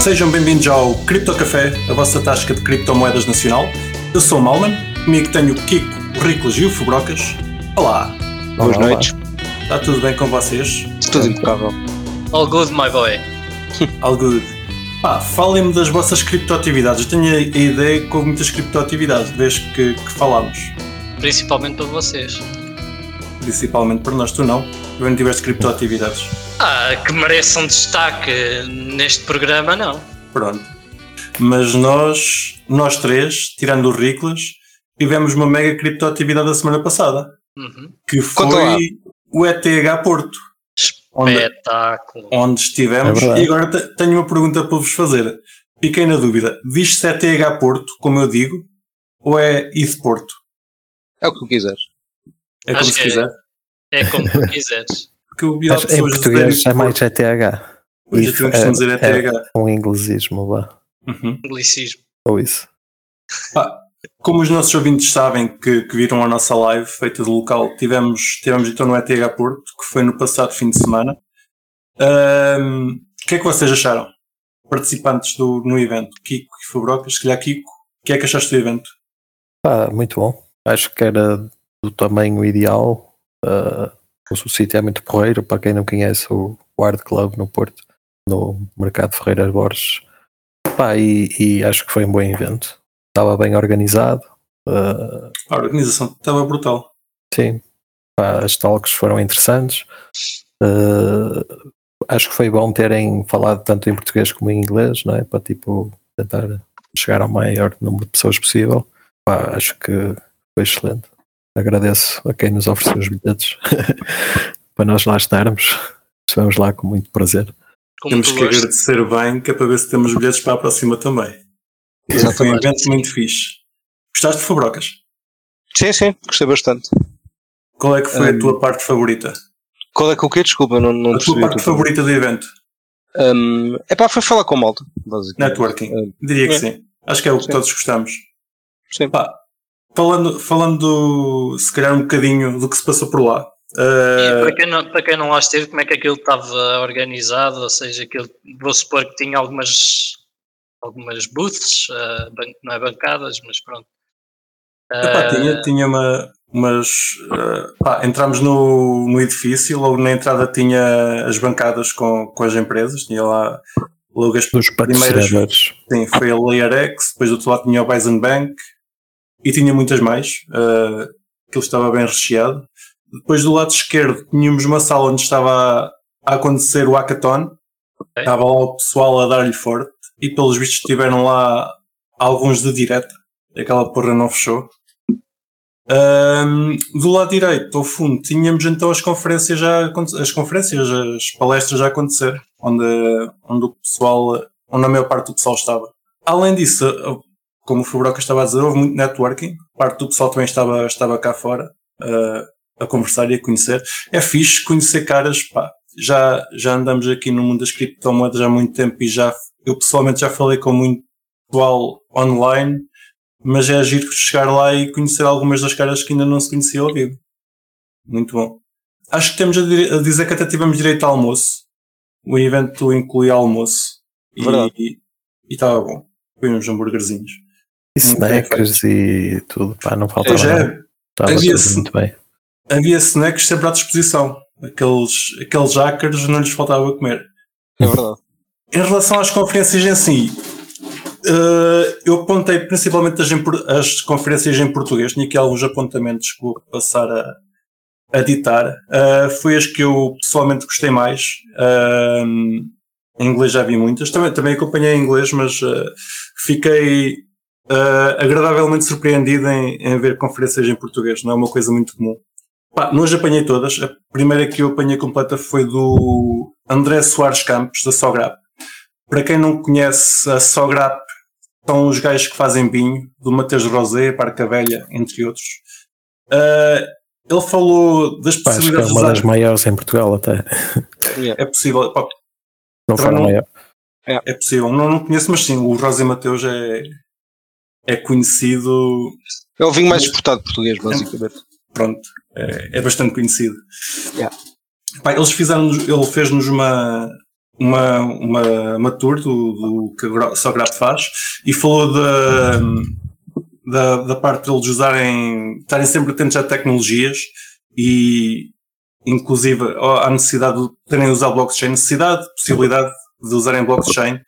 Sejam bem-vindos ao Cripto Café, a vossa tasca de criptomoedas nacional. Eu sou o Malman, comigo tenho o Kiko, o Riclas e o Fubrocas. Olá! Boas noites. Está tudo bem com vocês? Tudo impecável. All good, my boy. All good. Falem-me das vossas criptoatividades. Eu tenho a ideia que houve muitas criptoatividades desde que falámos. Principalmente para vocês. Principalmente para nós, tu não? Tu não tiveste criptoatividades? Que mereçam destaque neste programa, não. Pronto. Mas nós três, tirando o Riclas, tivemos uma mega criptoatividade a semana passada. Que foi o ETH Porto. Espetáculo. Onde estivemos. E agora tenho uma pergunta para vos fazer. Fiquei na dúvida. Diz-se ETH Porto, como eu digo, ou é ETH Porto? É o que tu quiseres. É como se quiser. É como tu quiseres. Porque eu vi em português é mais ETH. Hoje tivemos de dizer ETH. É um inglesismo lá. Anglicismo. Ou isso. Como os nossos ouvintes sabem que viram a nossa live feita de local, tivemos então no ETH Porto, que foi no passado fim de semana. O que é que vocês acharam? Participantes no evento, Kiko e Fubrocas, se calhar Kiko, o que é que achaste do evento? Muito bom. Acho que era do tamanho ideal. O sítio é muito porreiro. Para quem não conhece o Hard Club no Porto, no Mercado Ferreira Borges. E acho que foi um bom evento. Estava bem organizado. A organização estava brutal. Sim. As talks foram interessantes. Acho que foi bom terem falado tanto em português como em inglês, não é? Para tentar chegar ao maior número de pessoas possível. Acho que foi excelente. Agradeço a quem nos ofereceu os bilhetes para nós lá estarmos. Estivemos lá com muito prazer. Temos que agradecer bem, que é para ver se temos bilhetes para a próxima também. Foi um evento muito fixe. Gostaste de Fubrocas? Sim, gostei bastante. Qual é que foi a tua parte favorita? Qual é que o quê? Desculpa, não a tua parte favorita do evento? Foi falar com a malta, basicamente. Networking, diria que sim. Acho que é o que todos gostamos. Sim. Falando se calhar um bocadinho do que se passou por lá. Para quem não lá esteve, como é que aquilo estava organizado? Ou seja, vou supor que tinha algumas booths, não é bancadas, mas pronto. Tinha umas. Entramos no edifício, logo na entrada tinha as bancadas com as empresas, tinha lá logo as primeiras. Sim, foi a Layer X, depois do outro lado tinha o Bison Bank e tinha muitas mais. Aquilo estava bem recheado. Depois do lado esquerdo tínhamos uma sala onde estava a acontecer o hackathon. Estava lá o pessoal a dar-lhe forte e pelos vistos tiveram lá alguns de direta. Aquela porra não fechou. Do lado direito, ao fundo, tínhamos então as palestras já a acontecer, onde a maior parte do pessoal estava. Além disso, como o Fubrocas estava a dizer, houve muito networking. Parte do pessoal também estava cá fora a conversar e a conhecer. É fixe conhecer caras, já andamos aqui no mundo das criptomoedas há muito tempo e eu pessoalmente já falei com muito pessoal online, mas é giro chegar lá e conhecer algumas das caras que ainda não se conhecia ao vivo. Muito bom. Acho que temos a dizer que até tivemos direito a almoço. O evento incluía almoço e estava bom. Foi uns hambúrguerzinhos. E snacks e tudo, não faltava nada. Muito bem. Havia snacks sempre à disposição. Aqueles hackers não lhes faltava comer. É verdade. Em relação às conferências em si, eu apontei principalmente as conferências em português. Tinha aqui alguns apontamentos que vou passar a ditar. Foi as que eu pessoalmente gostei mais. Em inglês já vi muitas. Também acompanhei em inglês, mas fiquei agradavelmente surpreendido em ver conferências em português. Não é uma coisa muito comum. Não as apanhei todas. A primeira que eu apanhei completa foi do André Soares Campos, da Sograp. Para quem não conhece, a Sograp são os gajos que fazem vinho, do Mateus Rosé, Parca Velha, entre outros. Ele falou das possibilidades. Acho que é uma das maiores em Portugal até. É possível. Não for a maior. É possível. Não conheço, mas sim, o Rosé Mateus é conhecido. É o vinho mais exportado português, basicamente. Pronto, é bastante conhecido. Yeah. Ele fez-nos uma uma tour do que a Sograp faz e falou da parte deles estarem sempre atentos a tecnologias e inclusive à necessidade de terem usado blockchain, possibilidade de usarem blockchain.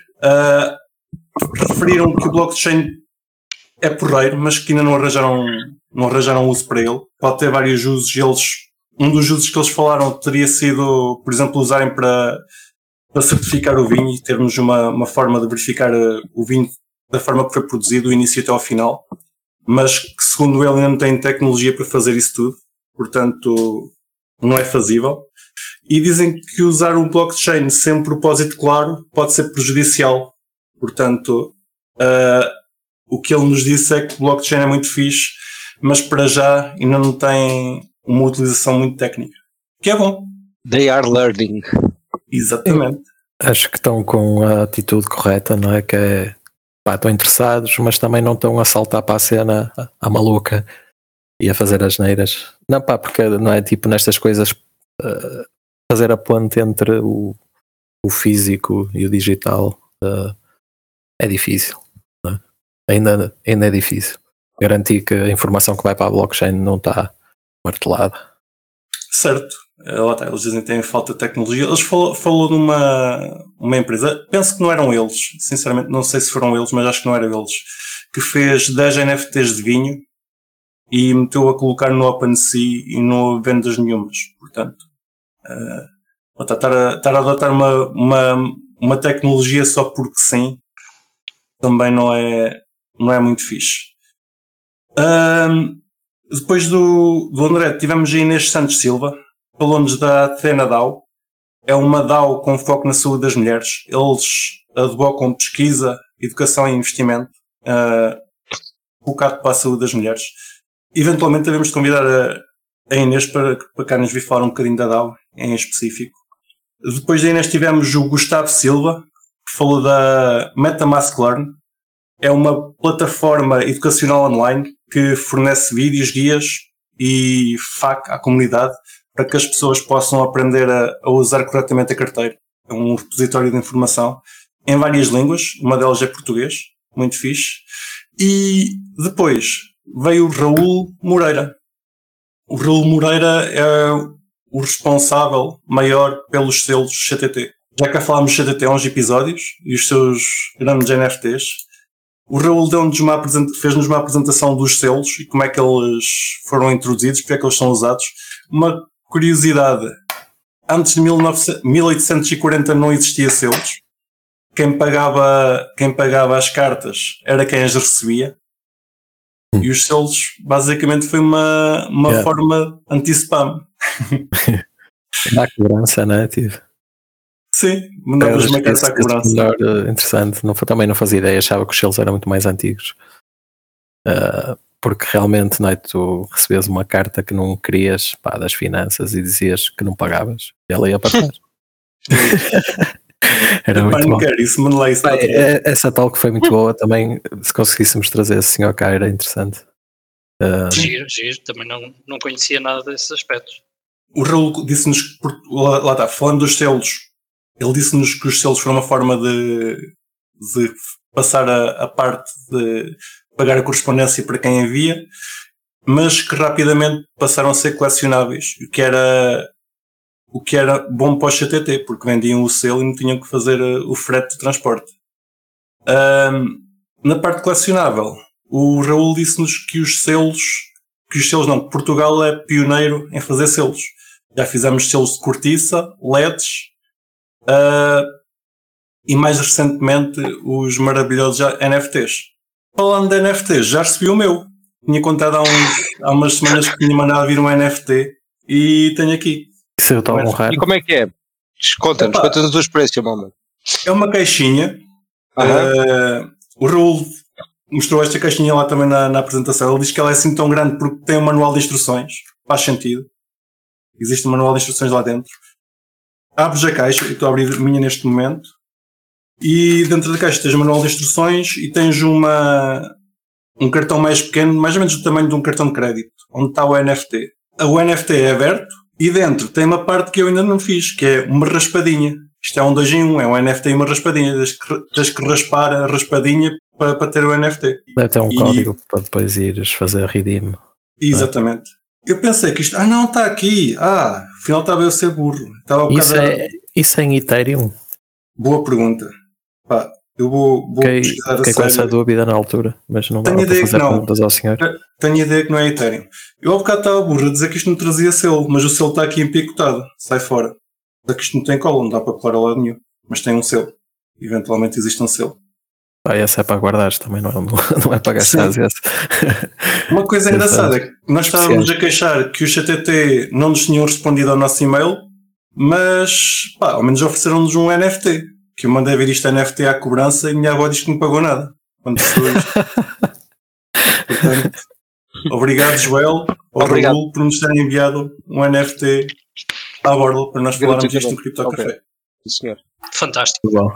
Referiram que o blockchain é porreiro, mas que ainda não arranjaram uso para ele. Pode ter vários usos. Um dos usos que eles falaram teria sido, por exemplo, usarem para certificar o vinho e termos uma forma de verificar o vinho da forma que foi produzido, do início até ao final, mas que, segundo ele, ainda não tem tecnologia para fazer isso tudo, portanto não é fazível. E dizem que usar o blockchain sem um propósito claro pode ser prejudicial. Portanto, o que ele nos disse é que o blockchain é muito fixe, mas para já ainda não tem uma utilização muito técnica. Que é bom. They are learning. Exatamente. Acho que estão com a atitude correta, não é? Que é, pá, estão interessados, mas também não estão a saltar para a cena à maluca e a fazer asneiras. Não, pá, porque não é tipo nestas coisas fazer a ponte entre o físico e o digital é difícil, não é? Ainda é difícil garantir que a informação que vai para a blockchain não está martelada. Certo. Lá está, eles dizem que têm falta de tecnologia. Eles falou de uma empresa, penso que não eram eles, sinceramente não sei se foram eles, mas acho que não eram eles, que fez 10 NFTs de vinho e meteu a colocar no OpenSea e não houve vendas nenhumas. Portanto, estar a adotar uma tecnologia só porque sim, também não é muito fixe. Depois do André, tivemos a Inês Santos Silva, falou-nos da Athena DAO. É uma DAO com foco na saúde das mulheres. Eles advogam pesquisa, educação e investimento focado para a saúde das mulheres. Eventualmente devemos convidar a Inês para cá nos vir falar um bocadinho da DAO em específico. Depois da Inês tivemos o Gustavo Silva, que falou da MetaMask Learn. É uma plataforma educacional online que fornece vídeos, guias e FAQ à comunidade para que as pessoas possam aprender a usar corretamente a carteira. É um repositório de informação em várias línguas, uma delas é português, muito fixe. E depois veio o Raul Moreira. O Raul Moreira é o responsável maior pelos selos CTT. Já cá falámos de CTT há uns episódios e os seus grandes NFTs. O Raul fez-nos uma apresentação dos selos e como é que eles foram introduzidos, porque é que eles são usados. Uma curiosidade, antes de 1840 não existia selos. Quem pagava as cartas era quem as recebia. E os selos basicamente foi uma forma anti-spam. Dá cobrança, não é? Tipo. Sim, mandavas uma carta à cobrança. Melhor, interessante, também não fazia ideia, achava que os selos eram muito mais antigos. Porque realmente, não é, tu recebias uma carta que não querias, pá, das finanças e dizias que não pagavas e ela ia para trás. Era muito bom. Isso, lá isso essa tal que foi muito boa também, se conseguíssemos trazer esse senhor cá era interessante. Giro, também não conhecia nada desses aspectos. O Raul disse-nos, lá está, falando dos selos, ele disse-nos que os selos foram uma forma de passar a parte de pagar a correspondência para quem envia, mas que rapidamente passaram a ser colecionáveis, o que era bom para o CTT, porque vendiam o selo e não tinham que fazer o frete de transporte. Na parte colecionável, o Raul disse-nos que Portugal é pioneiro em fazer selos. Já fizemos selos de cortiça, LEDs, e mais recentemente os maravilhosos NFTs. Falando de NFTs, já recebi o meu. Tinha contado há umas semanas que tinha mandado vir um NFT e tenho aqui. Isso eu estou a honrar. E como é que é? Conta-nos a experiência, mano. É uma caixinha. O Raul mostrou esta caixinha lá também na apresentação. Ele diz que ela é assim tão grande porque tem um manual de instruções. Faz sentido. Existe um manual de instruções lá dentro. Abres a caixa, eu estou a abrir a minha neste momento, e dentro da caixa tens o manual de instruções e tens um cartão mais pequeno, mais ou menos do tamanho de um cartão de crédito, onde está o NFT. O NFT é aberto e dentro tem uma parte que eu ainda não fiz, que é uma raspadinha. Isto é um 2 em 1, é um NFT e uma raspadinha. Tens que raspar a raspadinha para ter o NFT. Deve ter um código para depois ires fazer redeem. Exatamente. Eu pensei que isto... não, está aqui. Afinal estava eu a ser burro. Isso é em Ethereum? Boa pergunta. Eu vou pesquisar a fiquei com essa dúvida na altura, mas não dá para fazer perguntas ao senhor. Tenho ideia que não é Ethereum. Eu há bocado estava burro a dizer que isto não trazia selo, mas o selo está aqui empicotado. Sai fora. Só que isto não tem cola, não dá para colar a lado nenhum. Mas tem um selo. Eventualmente existe um selo. Essa é para guardar, também não é para gastar. Uma coisa engraçada é que nós estávamos a queixar que o CTT não nos tinham respondido ao nosso e-mail, mas ao menos ofereceram-nos um NFT. Que eu mandei ver isto NFT à cobrança e minha avó diz que não pagou nada. Quando recebeu isto. Portanto, obrigado, Joel, ao Raul, por nos terem enviado um NFT à bordo para nós falarmos disto no Cripto Café. Sim, senhor. Fantástico. Bom,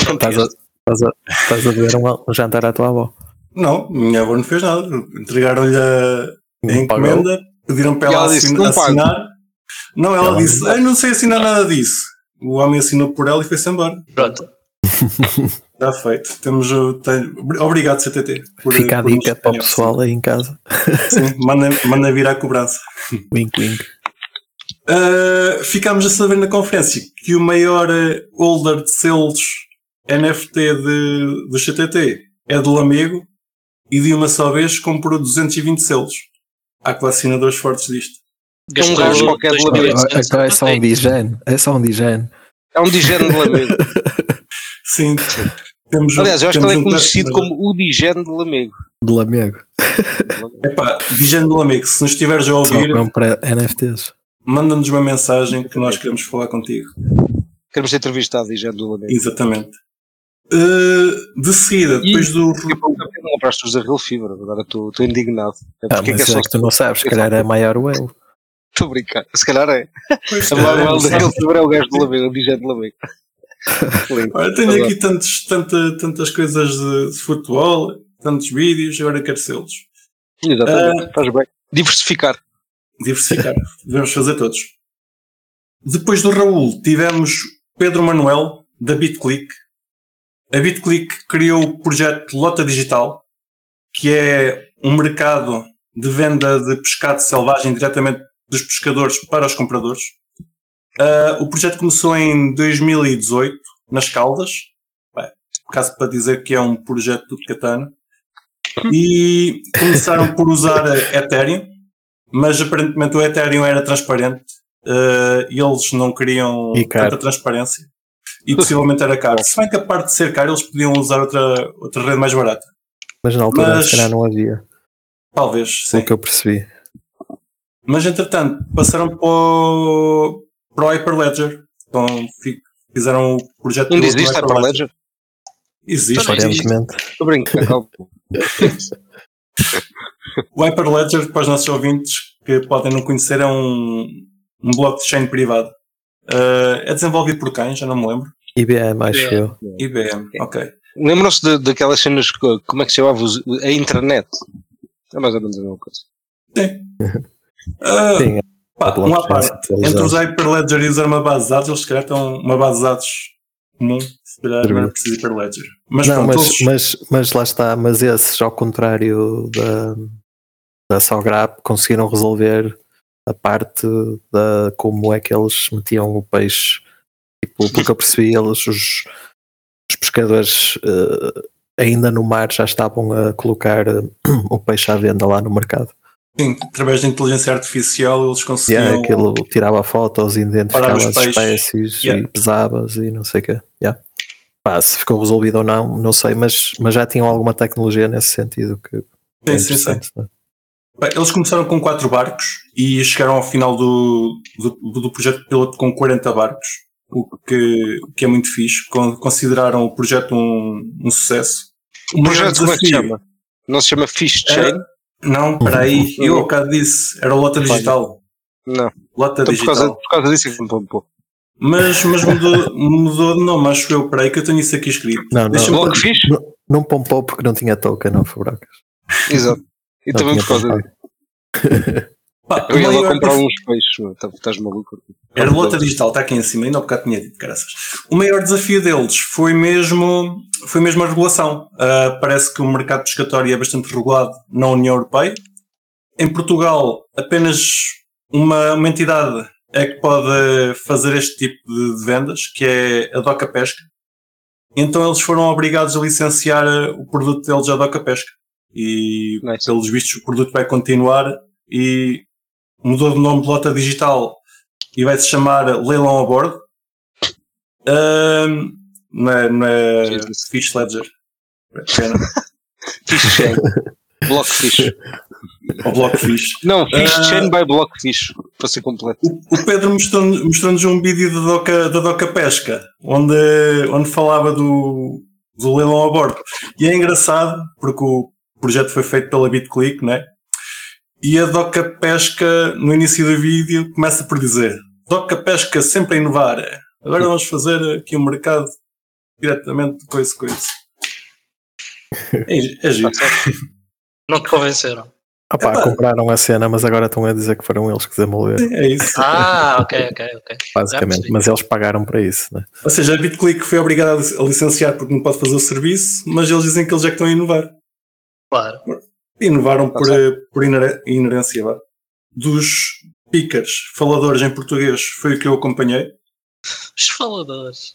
estás a ver um jantar à tua avó? Não, minha avó não fez nada. Entregaram-lhe a encomenda, pediram para ela assinar. Não, ela disse, não sei assinar nada disso. O homem assinou por ela e foi-se embora. Pronto. Está feito. Obrigado, CTT. Fica a dica para o pessoal aí em casa. Sim, manda vir à cobrança. Wink, wink. Ficámos a saber na conferência que o maior holder de selos NFT do CTT é do Lamego e de uma só vez comprou 220 selos. Há colecionadores fortes disto. Um gajo qualquer do Lamego. Então é só um digene. É só um digene. É um digene do Lamego. Sim. Aliás, eu acho que ele é conhecido como o digene do Lamego. Do Lamego. Digene do Lamego, se nos estiveres a ouvir, para NFTs. Manda-nos uma mensagem que nós queremos falar contigo. Queremos ser entrevistados, digene do Lamego. Exatamente. De seguida, depois do... Não compraste os da Real Fever, agora estou indignado. Mas é que tu não sabes, se calhar é maior o eu. Estou a brincar, se calhar é. A maior da Real Fever é o gajo do Lamego, o digene do Lamego. Olha, tenho aqui tantas coisas de futebol, tantos vídeos, agora quero selos. Exatamente, faz bem. Diversificar. Devemos fazer todos. Depois do Raul, tivemos Pedro Manuel, da BitClick. A BitClick criou o projeto Lota Digital, que é um mercado de venda de pescado selvagem diretamente dos pescadores para os compradores. O projeto começou em 2018, nas Caldas, caso para dizer que é um projeto do Katana, e começaram por usar Ethereum, mas aparentemente o Ethereum era transparente e eles não queriam tanta transparência e possivelmente era caro. Se bem que a parte de ser caro eles podiam usar outra rede mais barata. Mas na altura se calhar não havia. Talvez, sim. É o que eu percebi. Mas entretanto passaram para o Hyperledger. Então fizeram o projeto. Ainda existe Hyperledger? Existe. Aparentemente. Estou brincando. O Hyperledger, para os nossos ouvintes que podem não conhecer, é um blockchain privado. É desenvolvido por quem? Já não me lembro. IBM, acho eu. IBM, ok. Lembram-se daquelas cenas, como é que se chamava? A internet. É mais ou menos a mesma coisa. Sim. Sim. Uma parte. Entre os Hyperledger e usar uma base de dados, eles se calhar estão uma base de dados comum. Se calhar não é preciso Hyperledger. Mas, não, pronto, mas lá está. Mas esses, ao contrário da Sograp, conseguiram resolver a parte da como é que eles metiam o peixe. Tipo, pelo que eu percebi, eles, os pescadores ainda no mar já estavam a colocar o peixe à venda lá no mercado. Sim, através da inteligência artificial eles conseguiam... aquilo tirava fotos, identificava as espécies e pesavas e não sei o quê. Se ficou resolvido ou não sei, mas já tinham alguma tecnologia nesse sentido que é interessante. Sim. Eles começaram com 4 barcos e chegaram ao final do projeto piloto com 40 barcos, o que é muito fixe. Consideraram o projeto um sucesso. O projeto como é que se chama? Não se chama Fish Chain? Não, peraí, eu ao bocado disse, era Lota Digital. Não. Lota Digital. Por causa disso é que me poupou. Mas mudou de nome, acho eu, peraí que eu tenho isso aqui escrito. Não pompou porque não tinha token, não, Fabracas. Exato. E também por causa disso. Pá, Eu ia lá maior comprar uns peixes, estás maluco? Era lota digital, está aqui em cima, ainda há bocado tinha dito, caraças. O maior desafio deles foi mesmo a regulação. Parece que o mercado pescatório é bastante regulado na União Europeia. Em Portugal, apenas uma entidade é que pode fazer este tipo de vendas, que é a Doca Pesca. Então eles foram obrigados a licenciar o produto deles à Doca Pesca. E, pelos vistos, o produto vai continuar e mudou de nome de lota digital e vai se chamar Leilão a Bordo. Não é Fish Ledger. Fish Chain. Blockfish. Ou Blockfish. Não, Fish Chain by Blockfish, para ser completo. O Pedro mostrou-nos um vídeo da Doca Pesca, onde falava do leilão a bordo. E é engraçado, porque o projeto foi feito pela BitClick, né? E a Doca Pesca, no início do vídeo, começa por dizer: Doca Pesca sempre a inovar. Agora vamos fazer aqui um mercado diretamente com isso. É giro. Não te convenceram? Compraram a cena, mas agora estão a dizer que foram eles que desenvolveram. É isso. Ok. Basicamente, mas eles pagaram para isso, né? Ou seja, a BitClick foi obrigada a licenciar porque não pode fazer o serviço, mas eles dizem que eles é que estão a inovar. Claro. Inovaram por inerência. Vá. Dos pickers, faladores em português, foi o que eu acompanhei. Os faladores.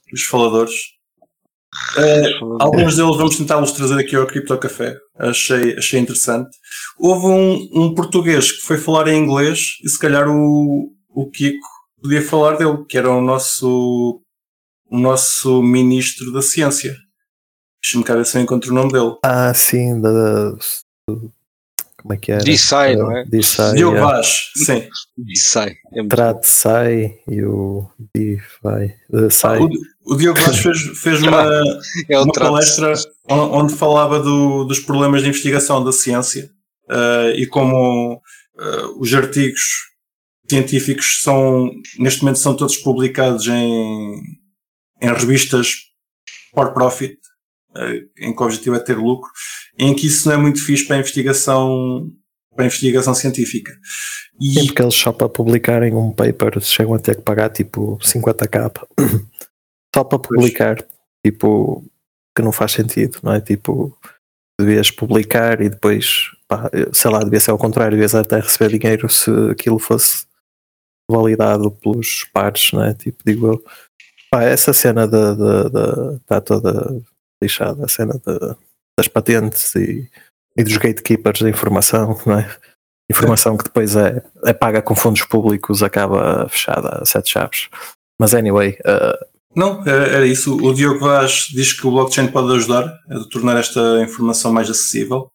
Alguns deles vamos tentar-los trazer aqui ao Cripto Café. Achei interessante. Houve um português que foi falar em inglês e se calhar o Kiko podia falar dele, que era o nosso ministro da ciência. Deixa-me cá ver se eu encontro o nome dele. Sim, como é que era? Dissai, não é? Diogo Vaz, sim. Dissai. Sai e o Sai. O Diogo Vaz fez uma palestra onde falava dos problemas de investigação da ciência e como os artigos científicos neste momento são todos publicados em revistas for profit, em que o objetivo é ter lucro, em que isso não é muito fixe para a investigação científica. Sim, porque eles só para publicarem um paper chegam a ter que pagar tipo 50k só para publicar, tipo, que não faz sentido, não é? Tipo, devias publicar e depois, sei lá, devia ser ao contrário, devias até receber dinheiro se aquilo fosse validado pelos pares, não é? Tipo, digo eu, essa cena está toda lixada, a cena das patentes e dos gatekeepers da informação, não é? Informação que depois é paga com fundos públicos, acaba fechada a 7 chaves. Mas anyway... Não, era isso. O Diogo Vaz diz que o blockchain pode ajudar a tornar esta informação mais acessível.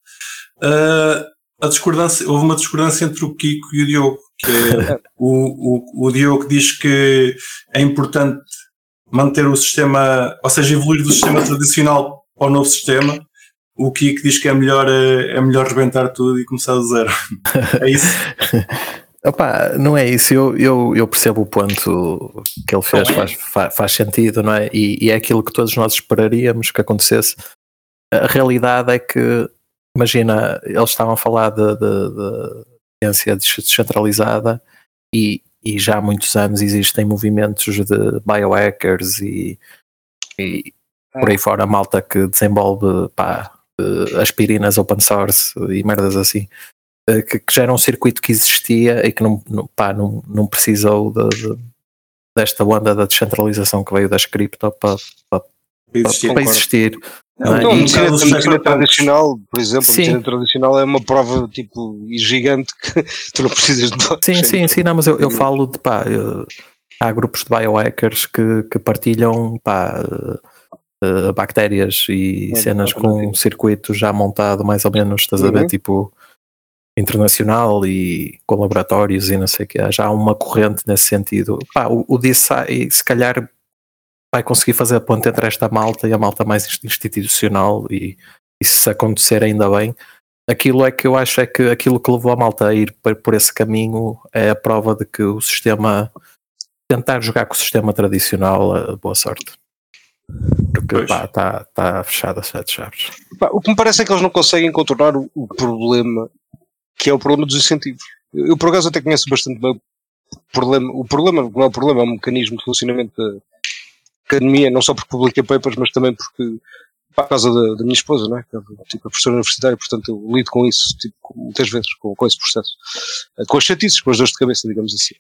Houve uma discordância entre o Kiko e o Diogo, que é o Diogo diz que é importante manter o sistema, ou seja, evoluir do sistema tradicional para o novo sistema. O Kiko diz que é melhor rebentar tudo e começar do zero. É isso? Não é isso, eu percebo o ponto que ele fez, faz sentido, não é? E é aquilo que todos nós esperaríamos que acontecesse. A realidade é que, imagina, eles estavam a falar de ciência descentralizada e já há muitos anos existem movimentos de biohackers e por aí fora, malta que desenvolve aspirinas open source e merdas assim. Que já era um circuito que existia e que não precisou desta onda da descentralização que veio das cripto para existir. A medicina tradicional, por exemplo, a medicina tradicional é uma prova tipo gigante que tu não precisas de blockchain. Sim, não, mas eu falo de há grupos de biohackers que partilham bactérias e cenas com um circuito já montado mais ou menos, estás a ver, tipo internacional e com laboratórios e não sei o que, já há uma corrente nesse sentido. O DeSci se calhar vai conseguir fazer a ponte entre esta malta e a malta mais institucional e se acontecer ainda bem, aquilo é que eu acho é que aquilo que levou a malta a ir por esse caminho é a prova de que o sistema, tentar jogar com o sistema tradicional, boa sorte. Porque está fechado a 7 chaves. O que me parece é que eles não conseguem contornar o problema, que é o problema dos incentivos. Eu por acaso até conheço bastante bem o problema não é o problema, é um mecanismo de funcionamento da academia, não só porque publica papers, mas também porque, por causa da minha esposa, não é? Tipo, a professora universitária, portanto eu lido com isso, tipo, muitas vezes, com esse processo. Com as chatices, com as dores de cabeça, digamos assim.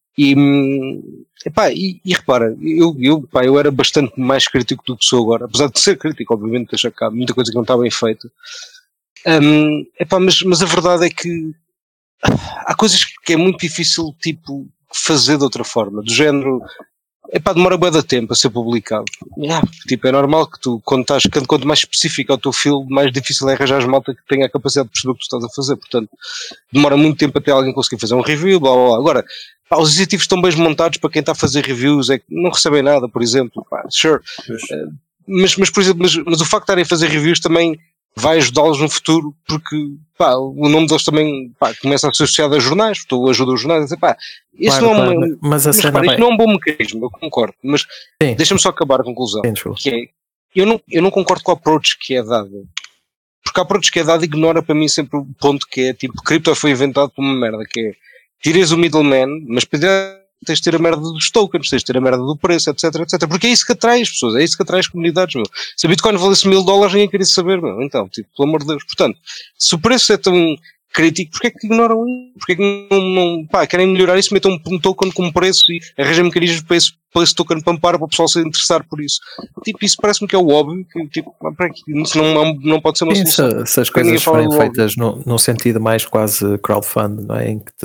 E repara, eu era bastante mais crítico do que sou agora, apesar de ser crítico, obviamente, deixar cá muita coisa que não está bem feita. Mas a verdade é que há coisas que é muito difícil, tipo, fazer de outra forma, do género, demora bué de tempo a ser publicado. Tipo, é normal que tu, quanto mais específico é o teu filme, mais difícil é arranjar malta que tenha a capacidade de perceber o que tu estás a fazer, portanto, demora muito tempo até alguém conseguir fazer um review, blá blá blá. Agora, os incentivos estão bem montados para quem está a fazer reviews, é que não recebem nada, por exemplo, sure. Mas por exemplo, mas o facto de estarem a fazer reviews também vai ajudá-los no futuro, porque o nome deles também começa a ser associado a jornais, tu ajuda os jornais a dizer, isso não é isto não é um bom mecanismo, eu concordo, mas deixa-me só acabar a conclusão, que é, eu não concordo com a approach que é dada, porque a approach que é dada ignora para mim sempre o ponto que é, tipo, cripto foi inventado por uma merda, que é, tiras o middleman, mas tens de ter a merda dos tokens, tens de ter a merda do preço, etc, etc. Porque é isso que atrai as pessoas, é isso que atrai as comunidades, meu. Se a Bitcoin valesse $1000, ninguém queria saber, meu. Então, tipo, pelo amor de Deus. Portanto, se o preço é tão crítico, porquê é que ignoram isso? Porquê é que querem melhorar isso, metam um token com preço e arranjam mecanismos para esse token pampar para o pessoal se interessar por isso? Tipo, isso parece-me que é o óbvio, que, tipo, isso não pode ser uma solução. Se as coisas forem feitas num sentido mais quase crowdfunding, não é? Em que,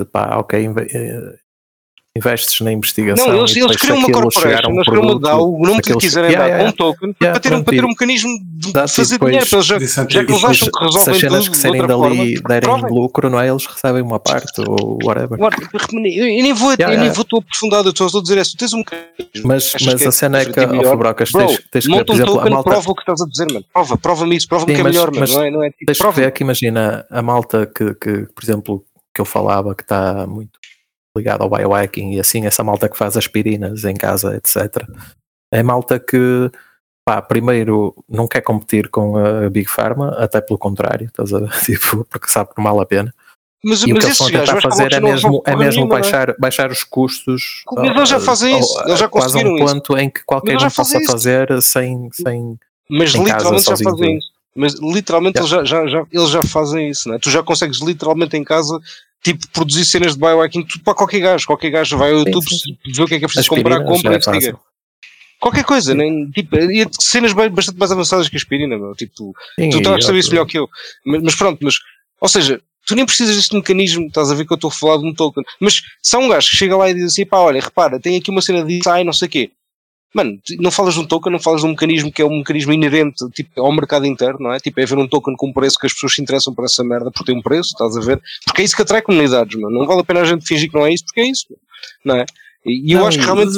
investes na investigação. Não, eles criam uma corporation, eles criam uma DAO, o nome que lhe quiserem dar, um token, para ter um mecanismo de fazer dinheiro, para eles já que eles acham que resolvem tudo de serem outra dali, forma, derem lucro, não é? Eles recebem uma parte, ou whatever. Eu nem vou aprofundar, eu estou a dizer isso, tu tens um mecanismo. Mas a cena é que, Brocas, tens que ver, por exemplo, a malta... Prova o que estás a dizer, mano. Prova-me isso, prova-me que é melhor, mano. Não é tipo, tens que ver que, imagina, a malta que, por exemplo, que eu falava, que está muito ligado ao biohacking e assim, essa malta que faz aspirinas em casa, etc. É malta que, primeiro, não quer competir com a Big Pharma, até pelo contrário, estás a ver? Tipo, porque sabe que não vale a pena. Mas o que eles estão a tentar fazer é mesmo baixar os custos. Mas eles já fazem isso, eles já conseguiram isso. Quase um ponto em que qualquer um possa fazer sem mas literalmente já fazem isso. Mas literalmente eles já fazem isso, não é? Tu já consegues literalmente em casa, tipo, produzir cenas de biohacking tudo para qualquer gajo vai ao YouTube ver o que é preciso comprar, compra e investiga. Qualquer coisa, nem, tipo, e cenas bastante mais avançadas que a aspirina, meu. Tipo, tu estás a saber isso melhor que eu. Mas pronto, ou seja, tu nem precisas deste mecanismo, estás a ver que eu estou a falar de um token. Mas se há um gajo que chega lá e diz assim, olha, repara, tem aqui uma cena de design, não sei o quê. Mano, não falas de um token, não falas de um mecanismo que é um mecanismo inerente, tipo, ao mercado inteiro, não é? Tipo, é ver um token com um preço que as pessoas se interessam por essa merda, porque tem um preço, estás a ver? Porque é isso que atrai comunidades, mano. Não vale a pena a gente fingir que não é isso, porque é isso, não é? E eu acho que realmente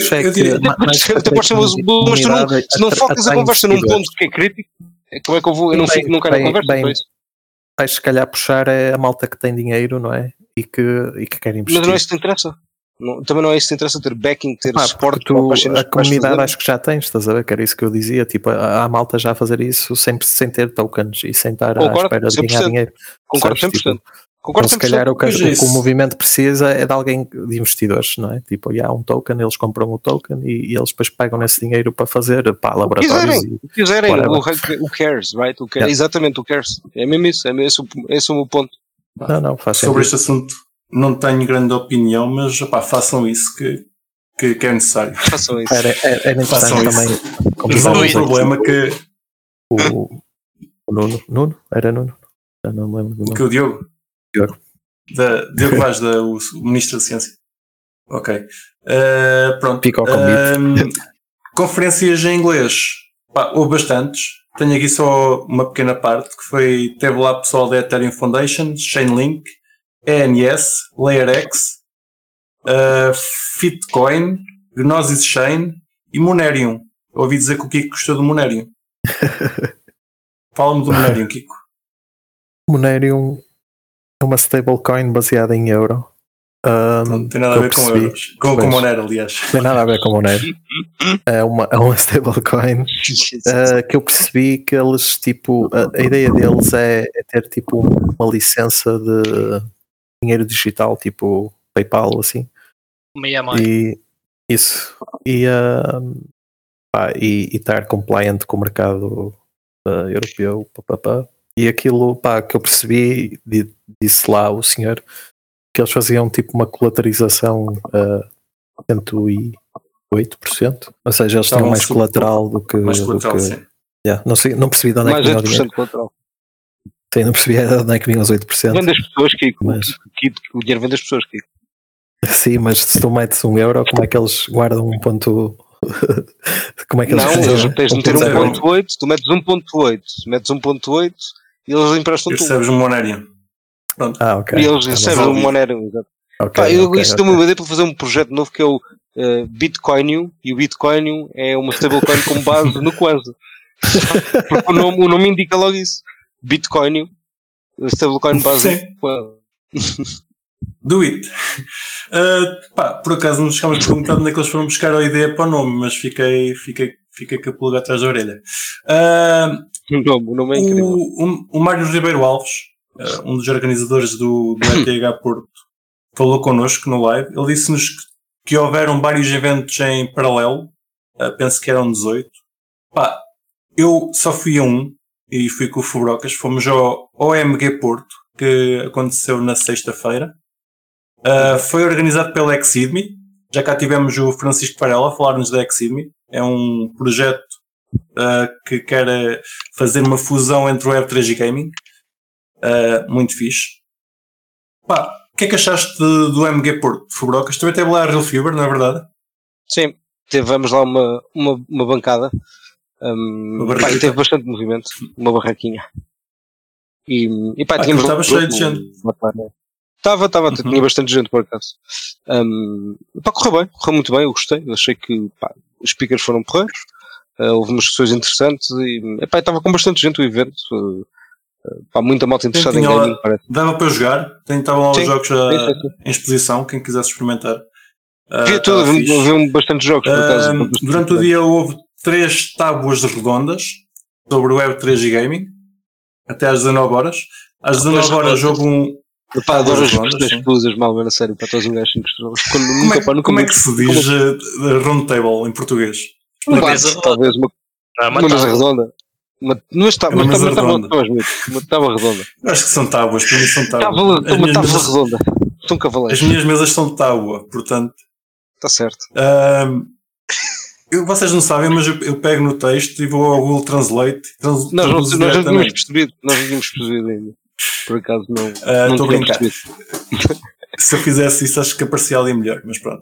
até pode ser bom, mas tu se não focas a conversa num ponto que é crítico, como é que eu vou? Eu não fico, não quero a conversa. Vais se calhar puxar a malta que tem dinheiro, não é? E que quer investir. Mas não é isso que te interessa. Também não é isso que te interessa, ter backing, ter suporte. A comunidade acho que já tens, estás a ver? Que era isso que eu dizia. Tipo, há malta já a fazer isso sem ter tokens e sem estar à espera de ganhar dinheiro. Concordo 100%. Tipo, então, se calhar o que o movimento precisa é de alguém, de investidores, não é? Tipo, há um token, eles compram o token e eles depois pegam nesse dinheiro para fazer laboratórios. O que quiserem, o cares, right? Exatamente, o cares. É mesmo isso, esse é o meu ponto. Não, faz sobre este assunto não tenho grande opinião, mas façam isso que é necessário. Façam isso. Era interessante também. Resolve o problema que o Nuno? Era Nuno? Já não me lembro do nome. Que o Diogo? Diogo Vaz, o Ministro da Ciência. Ok. Pronto. Fica ao convite. Conferências em inglês. Houve bastantes. Tenho aqui só uma pequena parte que teve lá pessoal da Ethereum Foundation, Chainlink, ENS, LayerX, Fitcoin, Gnosis Chain e Monerium. Eu ouvi dizer que o Kiko gostou do Monerium. Fala-me do Monerium, Kiko. Monerium é uma stablecoin baseada em euro. Não tem nada a ver com euros. Com Monero, aliás. Tem nada a ver com Monero. É uma stablecoin que eu percebi que eles, tipo, a ideia deles é ter tipo uma licença de dinheiro digital, tipo PayPal, assim. Uma EMI. E isso. E estar compliant com o mercado europeu. E aquilo que eu percebi, disse lá o senhor, que eles faziam tipo uma colateralização 108%. Ou seja, eles tinham mais colateral do que. Mais colateral, sim. Não sei, não percebi de onde é que vinha o dinheiro. Colateral. Sim, não percebi de onde é que vinham os 8%. Vem das pessoas, Kiko. Mas... O dinheiro vem das pessoas, Kiko. Sim, mas se tu metes €1, como é que eles guardam um ponto? Como é que eles não, tens de meter 1.8, tu metes 1.8 e eles emprestam tudo. Recebes um Monerium. Pronto. Ok. E eles recebem um Monerium, exato. Isso deu-me uma ideia para fazer um projeto novo que é o Bitcoinium, e o Bitcoinium é uma stablecoin com base no Kwanza. Porque o nome indica logo isso. Bitcoinium, stablecoin base no Kwanza. Do it. Por acaso não chegámos a perguntar onde é que eles foram buscar a ideia para o nome, mas fiquei com a pulga atrás da orelha. O nome é incrível. O Mário Ribeiro Alves, um dos organizadores do ETH Porto, falou connosco no live. Ele disse-nos que houveram vários eventos em paralelo, penso que eram 18. Eu só fui a um, e fui com o Fubrocas. Fomos ao OMG Porto, que aconteceu na sexta-feira. Foi organizado pela Exceed.me. Já cá tivemos o Francisco Varela a falar-nos da Exceed.me. É um projeto que quer fazer uma fusão entre o Web3 e Gaming. Muito fixe. O que é que achaste do MG Porto, Fubrocas? Também teve lá a Real Fever, não é verdade? Sim, tivemos lá uma bancada. E teve bastante movimento. Uma barraquinha. E tínhamos estava cheio de gente. Estava, tinha bastante gente por acaso. Correu muito bem, eu gostei. Eu achei que os speakers foram porreiros, houve umas questões interessantes e estava com bastante gente o evento. Muita malta interessada em gaming, parece. Dava para jogar, estavam lá os jogos em exposição, quem quisesse experimentar. Havia tudo, havia bastante jogos por acaso. Durante o dia houve 3 tábuas redondas sobre o Web3 e Gaming, até às 19 horas. Às 19 horas houve um. Adoro as exclusas, mal, a sério, para todos os gajos 5 estrelas. Como é que se diz roundtable em português? Talvez uma mesa redonda. Mas estava redonda. Acho que são tábuas, para mim são tábuas. Uma tábua redonda. São cavaleiros. As minhas mesas são de tábua, portanto. Está certo. Vocês não sabem, mas eu pego no texto e vou ao Google Translate. Nós não tínhamos percebido ainda. Por acaso não estou a brincar. Se eu fizesse isso, acho que aparecia ali melhor, mas pronto.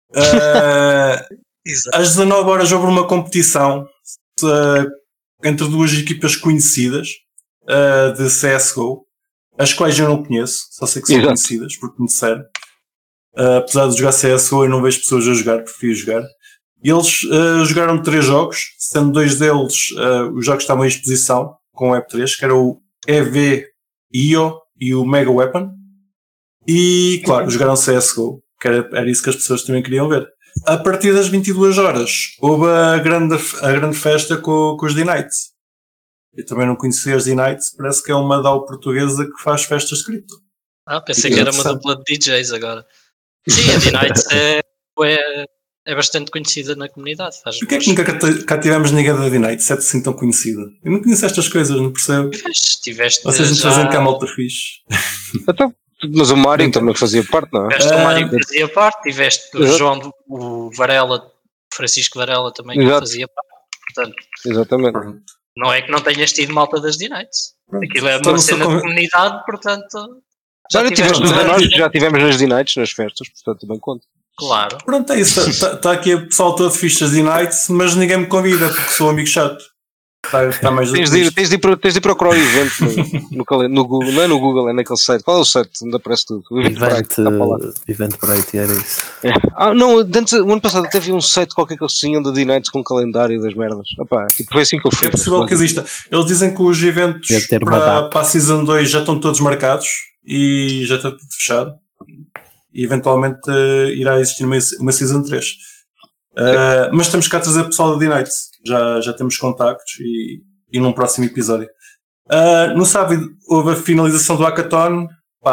Às 19 horas houve uma competição entre 2 equipas conhecidas de CSGO, as quais eu não conheço, só sei que são conhecidas porque me disseram. Apesar de jogar CSGO, eu não vejo pessoas a jogar, prefiro jogar. E eles jogaram 3 jogos, sendo 2 deles os jogos que estavam em exposição com o Web3, que era o EV-IO e o Mega Weapon. E, claro, jogaram CSGO, que era isso que as pessoas também queriam ver. A partir das 22 horas, houve a grande festa com os D-Nights. Eu também não conhecia as D-Nights, parece que é uma DAO portuguesa que faz festas de cripto. Pensei que era uma dupla de DJs agora. Sim, a D-Nights é bastante conhecida na comunidade. Porquê é que nunca cá tivemos ninguém da D-Nights, é assim tão conhecida? Eu não conheço estas coisas, não percebo. Vocês nos fazem cá malta fixe. Então, mas o Mário também fazia parte, não é? Tiveste o Mário que fazia parte, tiveste o João, o Varela, o Francisco Varela também que fazia parte. Portanto, exatamente. Não é que não tenhas tido malta das D-Nights. Aquilo é uma cena de comunidade, portanto. Já tivemos nas D-Nights, nas festas, portanto também conta. Claro. Pronto, é isso. Está aqui o pessoal todo de fichas de Nights, mas ninguém me convida porque sou um amigo chato. Está mais tens de ir procurar o evento no Google. Não é no Google, é naquele site. Qual é o site onde aparece tudo? O Eventbrite, era isso. Não, antes, o ano passado até havia um site qualquer que eles tinham da D-Nights com o calendário das merdas. Foi assim que eu fui. É possível que exista. Eles dizem que os eventos para a Season 2 já estão todos marcados e já está tudo fechado. E eventualmente irá existir uma Season 3. Mas temos cá a trazer pessoal da D-Nights. Já temos contactos e num próximo episódio. No sábado houve a finalização do Hackathon.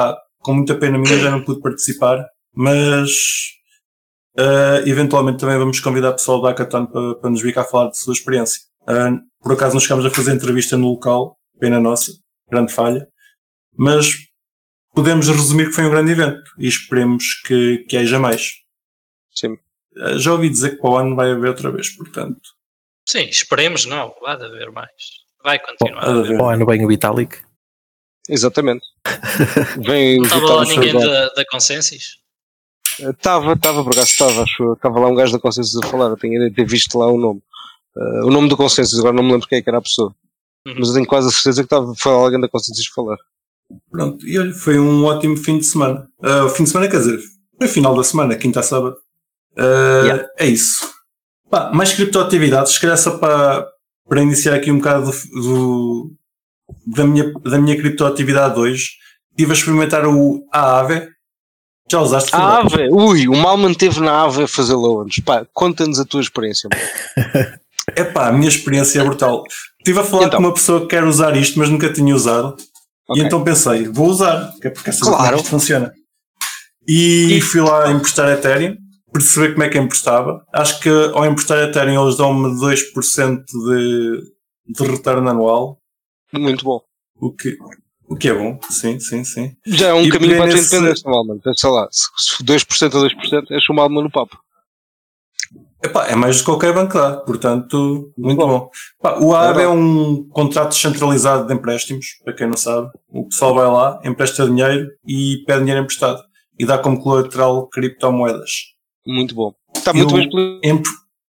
com muita pena minha já não pude participar, mas eventualmente também vamos convidar o pessoal da Hackathon para nos vir cá falar de sua experiência. Por acaso não chegámos a fazer entrevista no local, pena nossa, grande falha, mas podemos resumir que foi um grande evento e esperemos que haja mais. Sim. Já ouvi dizer que para o ano vai haver outra vez, portanto. Sim, esperemos não, há de haver mais. Vai continuar. Ou no banho Vitalik. Exatamente. Vem não estava lá ninguém da Consensus? Estava por acaso, estava lá um gajo da Consensus a falar, eu tenho de ter visto lá o nome do Consensus, agora não me lembro quem é que era a pessoa. Mas eu tenho quase a certeza que foi alguém da Consensus a falar. Pronto, e olha, foi um ótimo fim de semana. Fim de semana, quer dizer, foi final da semana, quinta a sábado. É isso. Pá, mais criptoatividades, se calhar só para iniciar aqui um bocado da minha criptoatividade hoje, estive a experimentar a Aave. Já usaste? A Aave? Ui, o Malman esteve na Aave a fazer loans. Pá, conta-nos a tua experiência. A minha experiência é brutal. Estive a falar com uma pessoa que quer usar isto, mas nunca tinha usado. Okay. E então pensei, vou usar, que é porque saber como é que isto funciona. E fui lá emprestar Ethereum, perceber como é que emprestava. Acho que ao emprestar Ethereum eles dão-me 2% de retorno anual. Muito bom. O que é bom, sim. Já é um caminho para a tua independência, Malman. Pensa lá, se 2% a 2% és o Malman no papo. É mais do que qualquer banco dá, portanto, muito bom. O Aave é um contrato descentralizado de empréstimos, para quem não sabe. O pessoal vai lá, empresta dinheiro e pede dinheiro emprestado. E dá como colateral criptomoedas. Muito bom. Está muito bem explicado.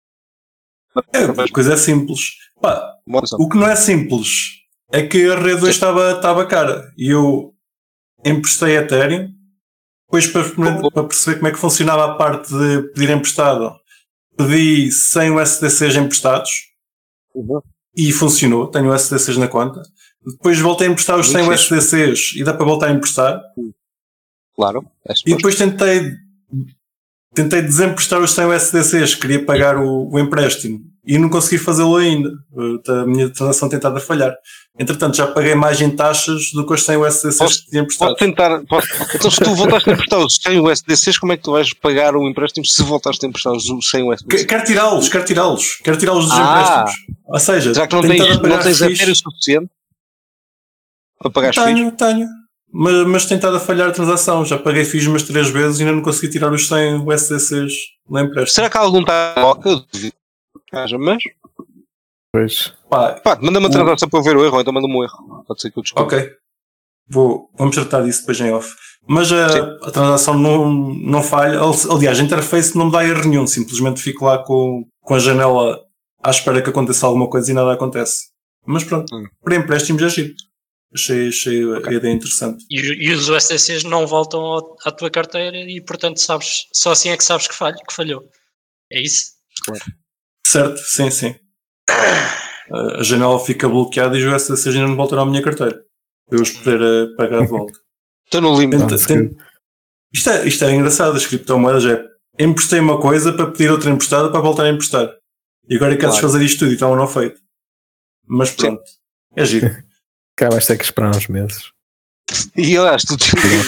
A coisa é simples. O que não é simples é que a rede hoje estava cara. E eu emprestei Ethereum, depois para perceber como é que funcionava a parte de pedir emprestado. Pedi 100 USDCs emprestados e funcionou, tenho USDCs na conta. Depois voltei a emprestar os 100 USDCs e dá para voltar a emprestar. Claro. E depois tentei desemprestar os 100 USDCs, queria pagar o empréstimo e não consegui fazê-lo ainda. A minha transação tentada falhar. Entretanto, já paguei mais em taxas do que os 100 USDCs que tinha emprestado. Então, se tu voltaste a emprestar os 100 USDCs, como é que tu vais pagar o empréstimo se voltaste a emprestar os 100 USDCs? Quero tirá-los dos empréstimos. Ou seja, será que não tens Ethereum suficiente para pagar os FIIs? Tenho. Mas tem estado a falhar a transação. Já paguei FIIs umas 3 vezes e ainda não consegui tirar os 100 USDCs no empréstimo. Será que há algum toque? Eu duvido que haja, mas... Pois. Manda-me a transação para eu ver o erro, ou então manda-me um erro. Pode ser que eu descubra. Ok. Vamos tratar disso depois em off. Mas a transação não falha. Aliás, a interface não me dá erro nenhum. Simplesmente fico lá com a janela à espera que aconteça alguma coisa e nada acontece. Mas pronto, para empréstimos é giro. Achei a ideia interessante. E os USDCs não voltam à tua carteira e, portanto, sabes, só assim é que sabes que falhou. É isso? Claro. Certo, sim. A janela fica bloqueada e os USDCs ainda não voltaram à minha carteira. Eu os poder pagar de volta. Estou no limite. Isto é engraçado. As criptomoedas emprestei uma coisa para pedir outra emprestada para voltar a emprestar. E agora queres fazer isto tudo e está não feito. Mas pronto, é giro. Cá vais ter que esperar uns meses. E aliás, tu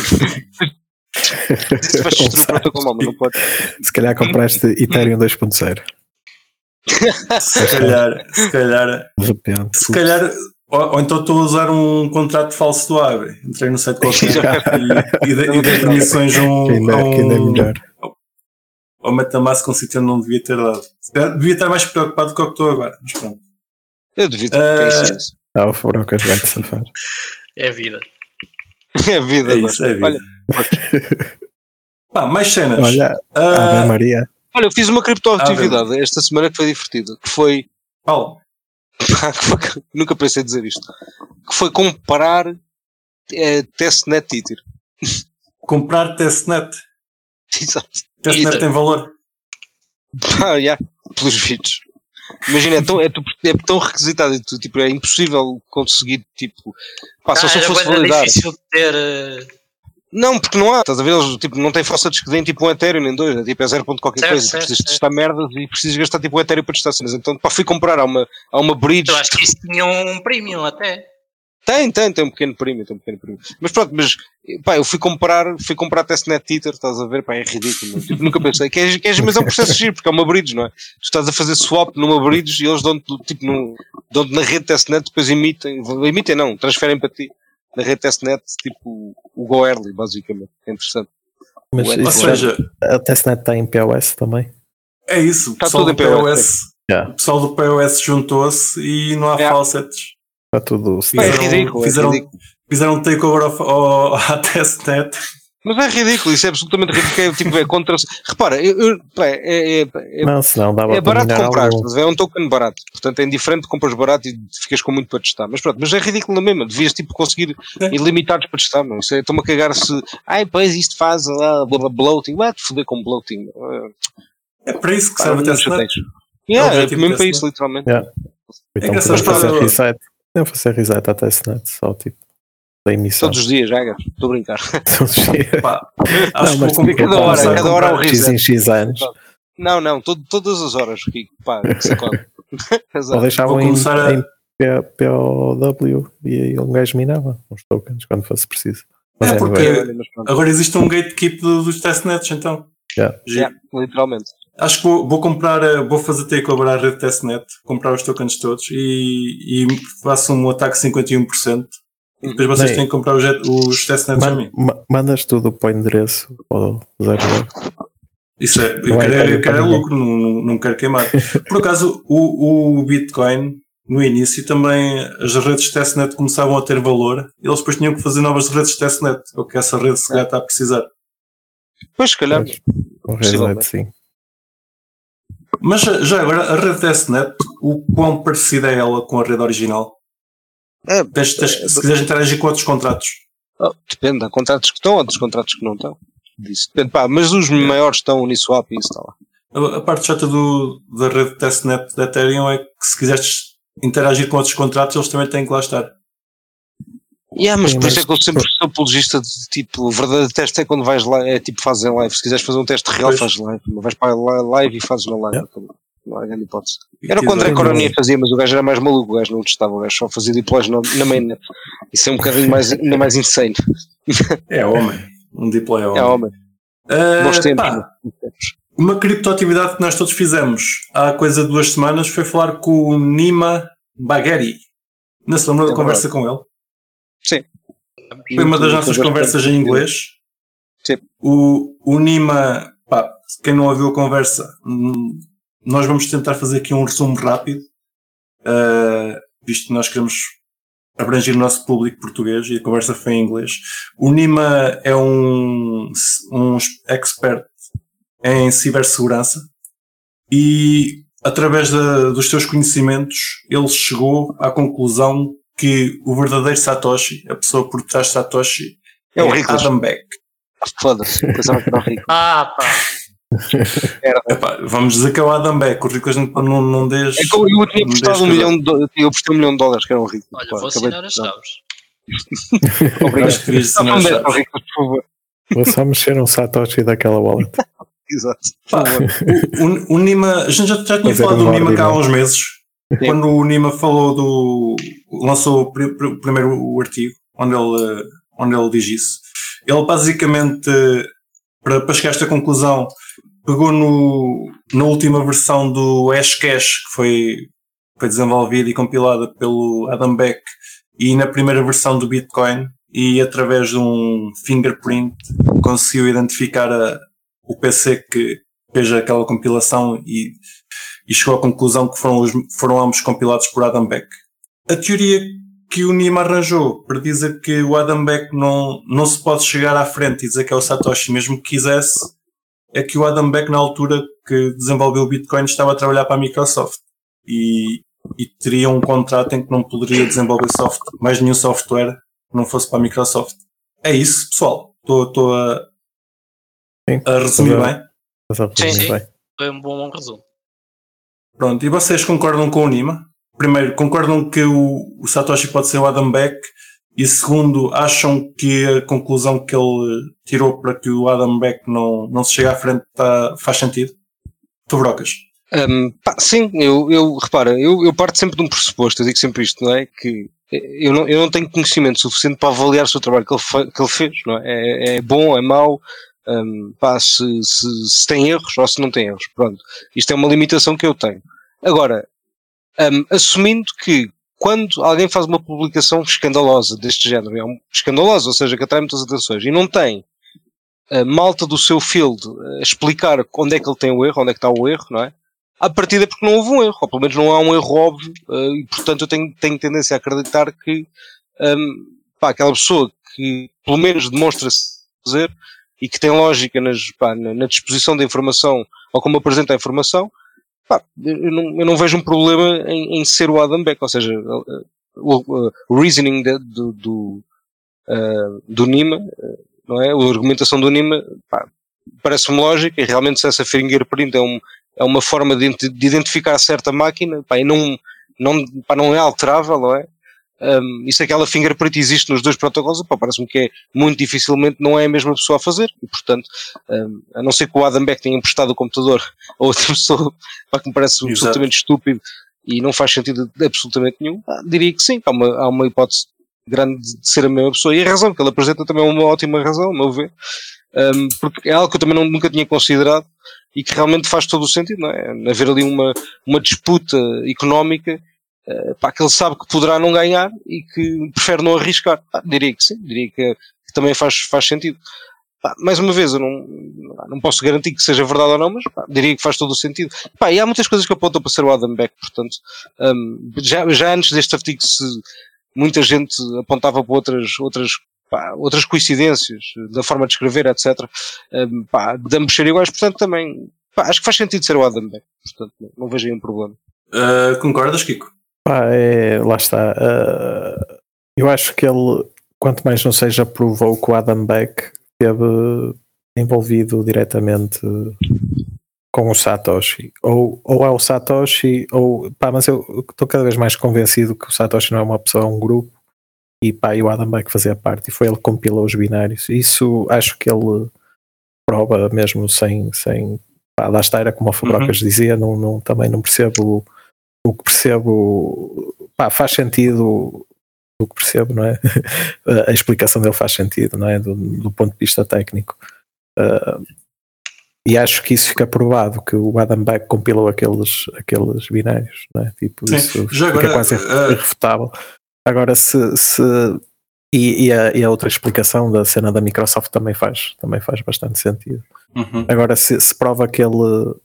vais destruir o protocolo, mas não pode. Se calhar compraste Ethereum 2.0. Se calhar, ou então estou a usar um contrato falso do Aave. Entrei no site qualquer e dei permissões ao MetaMask com um sítio onde não devia ter dado. Devia estar mais preocupado com o que estou agora, mas pronto. Eu devia ter isso. O Brocas vai-te safar. É a vida. É a vida. É isso, é a vida. Mais cenas. Olha, Ave Maria. Olha, eu fiz uma criptoatividade esta semana que foi divertida. Que foi... nunca pensei em dizer isto. Que foi comprar testnet Ether. Comprar testnet? Exato. Testnet tem valor? Pelos vídeos. Imagina, é tão requisitado, tipo, é impossível conseguir, tipo... só se fosse validar. É difícil de ter... Não, porque não há, estás a ver, eles tipo, não tem força de esquedem tipo um Ethereum nem dois, tipo é 0. qualquer coisa, precisas testar merdas e precisas gastar tipo um Ethereum para testar cenas, então fui comprar a uma bridge. Eu acho que isso tinha um premium até. Tem um pequeno prémio. Mas pronto, pá, eu fui comprar testnet Tether, estás a ver, pá, é ridículo. Tipo, nunca pensei, mas é um processo giro, porque é uma bridge, não é? Tu estás a fazer swap numa bridge e eles dão-te, tipo, dão-te na rede testnet, depois emitem não, transferem para ti. Na rede testnet, tipo, o Go Early, basicamente. É interessante. Mas Ou seja, a testnet está em POS também? é isso. Está tudo em POS. O pessoal do POS juntou-se e não há faucets. Está tudo. É ridículo. Fizeram um takeover à testnet. Mas é ridículo, isso é absolutamente ridículo. Tipo, é contra. Repara, Não, senão dava é barato para comprar, algo. é um token barato. Portanto, é indiferente, compras barato e ficas com muito para testar. Mas pronto, mas é ridículo na mesma. Devias tipo, conseguir ilimitados para testar. Não? Estou-me a cagar se. Pois isto faz bloating. Vai-te foder com bloating. É para isso que serve a testnet. É mesmo para isso, literalmente. Então podemos fazer reset. Podemos fazer reset à testnet, só tipo da emissão. Todos os dias, já, gajo. Estou a brincar. Todos os dias. Acho Não, que cada hora um X reset. em X anos. Não, todas as horas, Rico. Pá, que sacode. Ou deixavam em começar POW e aí um gajo minava uns tokens quando fosse preciso. Mas porque agora existe um gatekeep dos testnets, então. Literalmente. Acho que vou fazer takeover à rede testnet, comprar os tokens todos e faço um ataque 51%. E depois vocês têm que comprar os testnets a mim. Mandas tudo para o endereço ou 0. Isso é, eu quero lucro, não quero queimar. Por acaso, o Bitcoin, no início, também as redes testnet começavam a ter valor. E eles depois tinham que fazer novas redes testnet, ou que essa rede se calhar está a precisar. Pois, se calhar. Sim. Mas já agora, a rede testnet, o quão parecida é ela com a rede original? Se quiseres interagir com outros contratos. Depende, há contratos que estão, outros contratos que não estão. Disso. Depende, mas os maiores estão Uniswap e isso está lá. A parte chata da rede testnet da Ethereum é que se quiseres interagir com outros contratos, eles também têm que lá estar. Mas por isso é que eu sempre sou apologista de tipo, o verdadeiro teste é quando vais lá, é tipo fazem live. Se quiseres fazer um teste real, fazes live. Vais para a live e fazes na live. Não há grande hipótese. Era o que o André Coronia fazia, mas o gajo era mais maluco, o gajo não testava, o gajo só fazia deploys na mainnet. Isso é um bocadinho ainda mais insane. É homem. Um deploy é homem. Bons tempos. Uma criptoatividade que nós todos fizemos há coisa de 2 semanas foi falar com o Nima Bagheri. Não se lembra da conversa com ele? Sim. Foi uma das nossas conversas em inglês. Sim. O Nima, quem não ouviu a conversa, nós vamos tentar fazer aqui um resumo rápido, visto que nós queremos abranger o nosso público português e a conversa foi em inglês. O Nima é um expert em cibersegurança e, através dos seus conhecimentos, ele chegou à conclusão que o verdadeiro Satoshi, a pessoa por trás de Satoshi, é o Riclas. Adam Beck. Foda-se, pensava que era o Riclas. Vamos dizer que é o Adam Beck. O Riclas não deixa. É que eu tinha apostado $1 milhão, eu apostei $1 milhão que era o Riclas. Olha, vou assinar as chaves. Obrigado. Não, Riclas, por favor. Vou só mexer um Satoshi daquela wallet. Exato. O Nima, a gente já tinha falado do Nima cá há uns meses. Quando o Nima lançou o primeiro artigo onde ele diz isso. Ele basicamente, para chegar a esta conclusão, pegou na última versão do Hashcash, que foi desenvolvida e compilada pelo Adam Beck, e na primeira versão do Bitcoin, e através de um fingerprint conseguiu identificar o PC que fez aquela compilação e chegou à conclusão que foram ambos compilados por Adam Beck. A teoria que o Nima arranjou para dizer que o Adam Beck não se pode chegar à frente e dizer que é o Satoshi mesmo que quisesse, é que o Adam Beck, na altura que desenvolveu o Bitcoin, estava a trabalhar para a Microsoft e teria um contrato em que não poderia desenvolver mais nenhum software que não fosse para a Microsoft. É isso, pessoal. Estou a resumir bem. Sim. Foi um bom resumo. Pronto, e vocês concordam com o Nima? Primeiro, concordam que o Satoshi pode ser o Adam Beck? E segundo, acham que a conclusão que ele tirou para que o Adam Beck não se chegue à frente faz sentido? Tu, Brocas? Sim, repara, eu parto sempre de um pressuposto, eu digo sempre isto, não é? Que eu não tenho conhecimento suficiente para avaliar se o trabalho que ele fez, não é? É bom, é mau, se tem erros ou se não tem erros. Pronto. Isto é uma limitação que eu tenho. Agora, assumindo que quando alguém faz uma publicação escandalosa deste género, escandalosa, ou seja, que atrai muitas atenções, e não tem a malta do seu field a explicar onde é que ele tem o erro, onde é que está o erro, não é? À partida é porque não houve um erro, ou pelo menos não há um erro óbvio, e portanto eu tenho tendência a acreditar que aquela pessoa que pelo menos demonstra-se fazer e que tem lógica na disposição da informação ou como apresenta a informação, eu não vejo um problema em ser o Adam Beck, ou seja, o reasoning do Nima, não é? A argumentação do Nima parece-me lógica, e realmente se essa fingerprint é uma forma de identificar certa máquina, e não é alterável, não é? E se aquela fingerprint existe nos dois protocolos, parece-me que muito dificilmente não é a mesma pessoa a fazer, e portanto, a não ser que o Adam Beck tenha emprestado o computador a outra pessoa, que me parece absolutamente estúpido e não faz sentido absolutamente nenhum, diria que sim, há uma hipótese grande de ser a mesma pessoa, e a razão que ele apresenta também é uma ótima razão, a meu ver, porque é algo que eu também nunca tinha considerado e que realmente faz todo o sentido, não é? Haver ali uma disputa económica que ele sabe que poderá não ganhar e que prefere não arriscar. Diria que sim, diria que também faz sentido. Mais uma vez, eu não posso garantir que seja verdade ou não, mas diria que faz todo o sentido. E há muitas coisas que apontam para ser o Adam Beck, portanto, já antes deste artigo, muita gente apontava para outras coincidências da forma de escrever, etc. De ambos serem iguais, portanto, também acho que faz sentido ser o Adam Beck, portanto, não vejo aí um problema. Concordas, Kiko? Lá está. Eu acho que ele, quanto mais não seja, provou que o Adam Beck esteve envolvido diretamente com o Satoshi. Ou é o Satoshi, mas eu estou cada vez mais convencido que o Satoshi não é uma pessoa, é um grupo, e o Adam Beck fazia parte, e foi ele que compilou os binários. Isso acho que ele prova mesmo sem lá está, era como o Fabrocas dizia, também não percebo o que percebo, faz sentido o que percebo, não é? A explicação dele faz sentido, não é? Do ponto de vista técnico. E acho que isso fica provado, que o Adam Beck compilou aqueles binários, não é? Tipo, sim, isso fica quase irrefutável. Agora, e a outra explicação da cena da Microsoft também faz bastante sentido. Agora, se prova que ele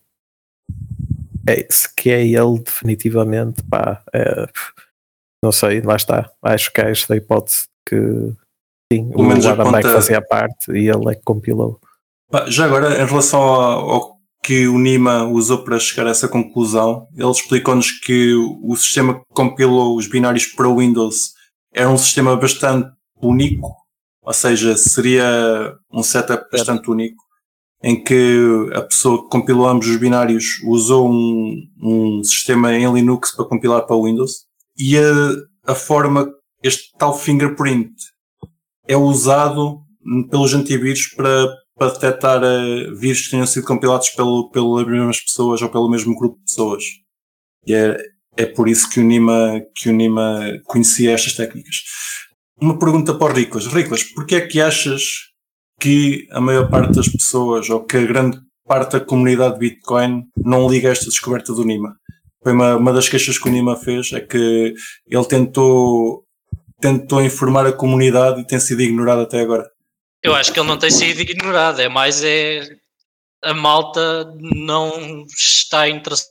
que é ele definitivamente, não sei, lá está. Acho que há esta hipótese que sim, o Adam Beck fazia parte e ele é que compilou. Já agora, em relação ao que o Nima usou para chegar a essa conclusão, ele explicou-nos que o sistema que compilou os binários para o Windows era um sistema bastante único, ou seja, seria um setup bastante único, em que a pessoa que compilou ambos os binários usou um sistema em Linux para compilar para o Windows, e a forma, este tal fingerprint é usado pelos antivírus para detectar vírus que tenham sido compilados pelas mesmas pessoas ou pelo mesmo grupo de pessoas. E é por isso que o Nima conhecia estas técnicas. Uma pergunta para o Riclas. Riclas, porquê é que achas que a maior parte das pessoas, ou que a grande parte da comunidade de Bitcoin, não liga a esta descoberta do Nima? Foi uma das queixas que o Nima fez, é que ele tentou informar a comunidade e tem sido ignorado até agora. Eu acho que ele não tem sido ignorado, é mais a malta não está interessada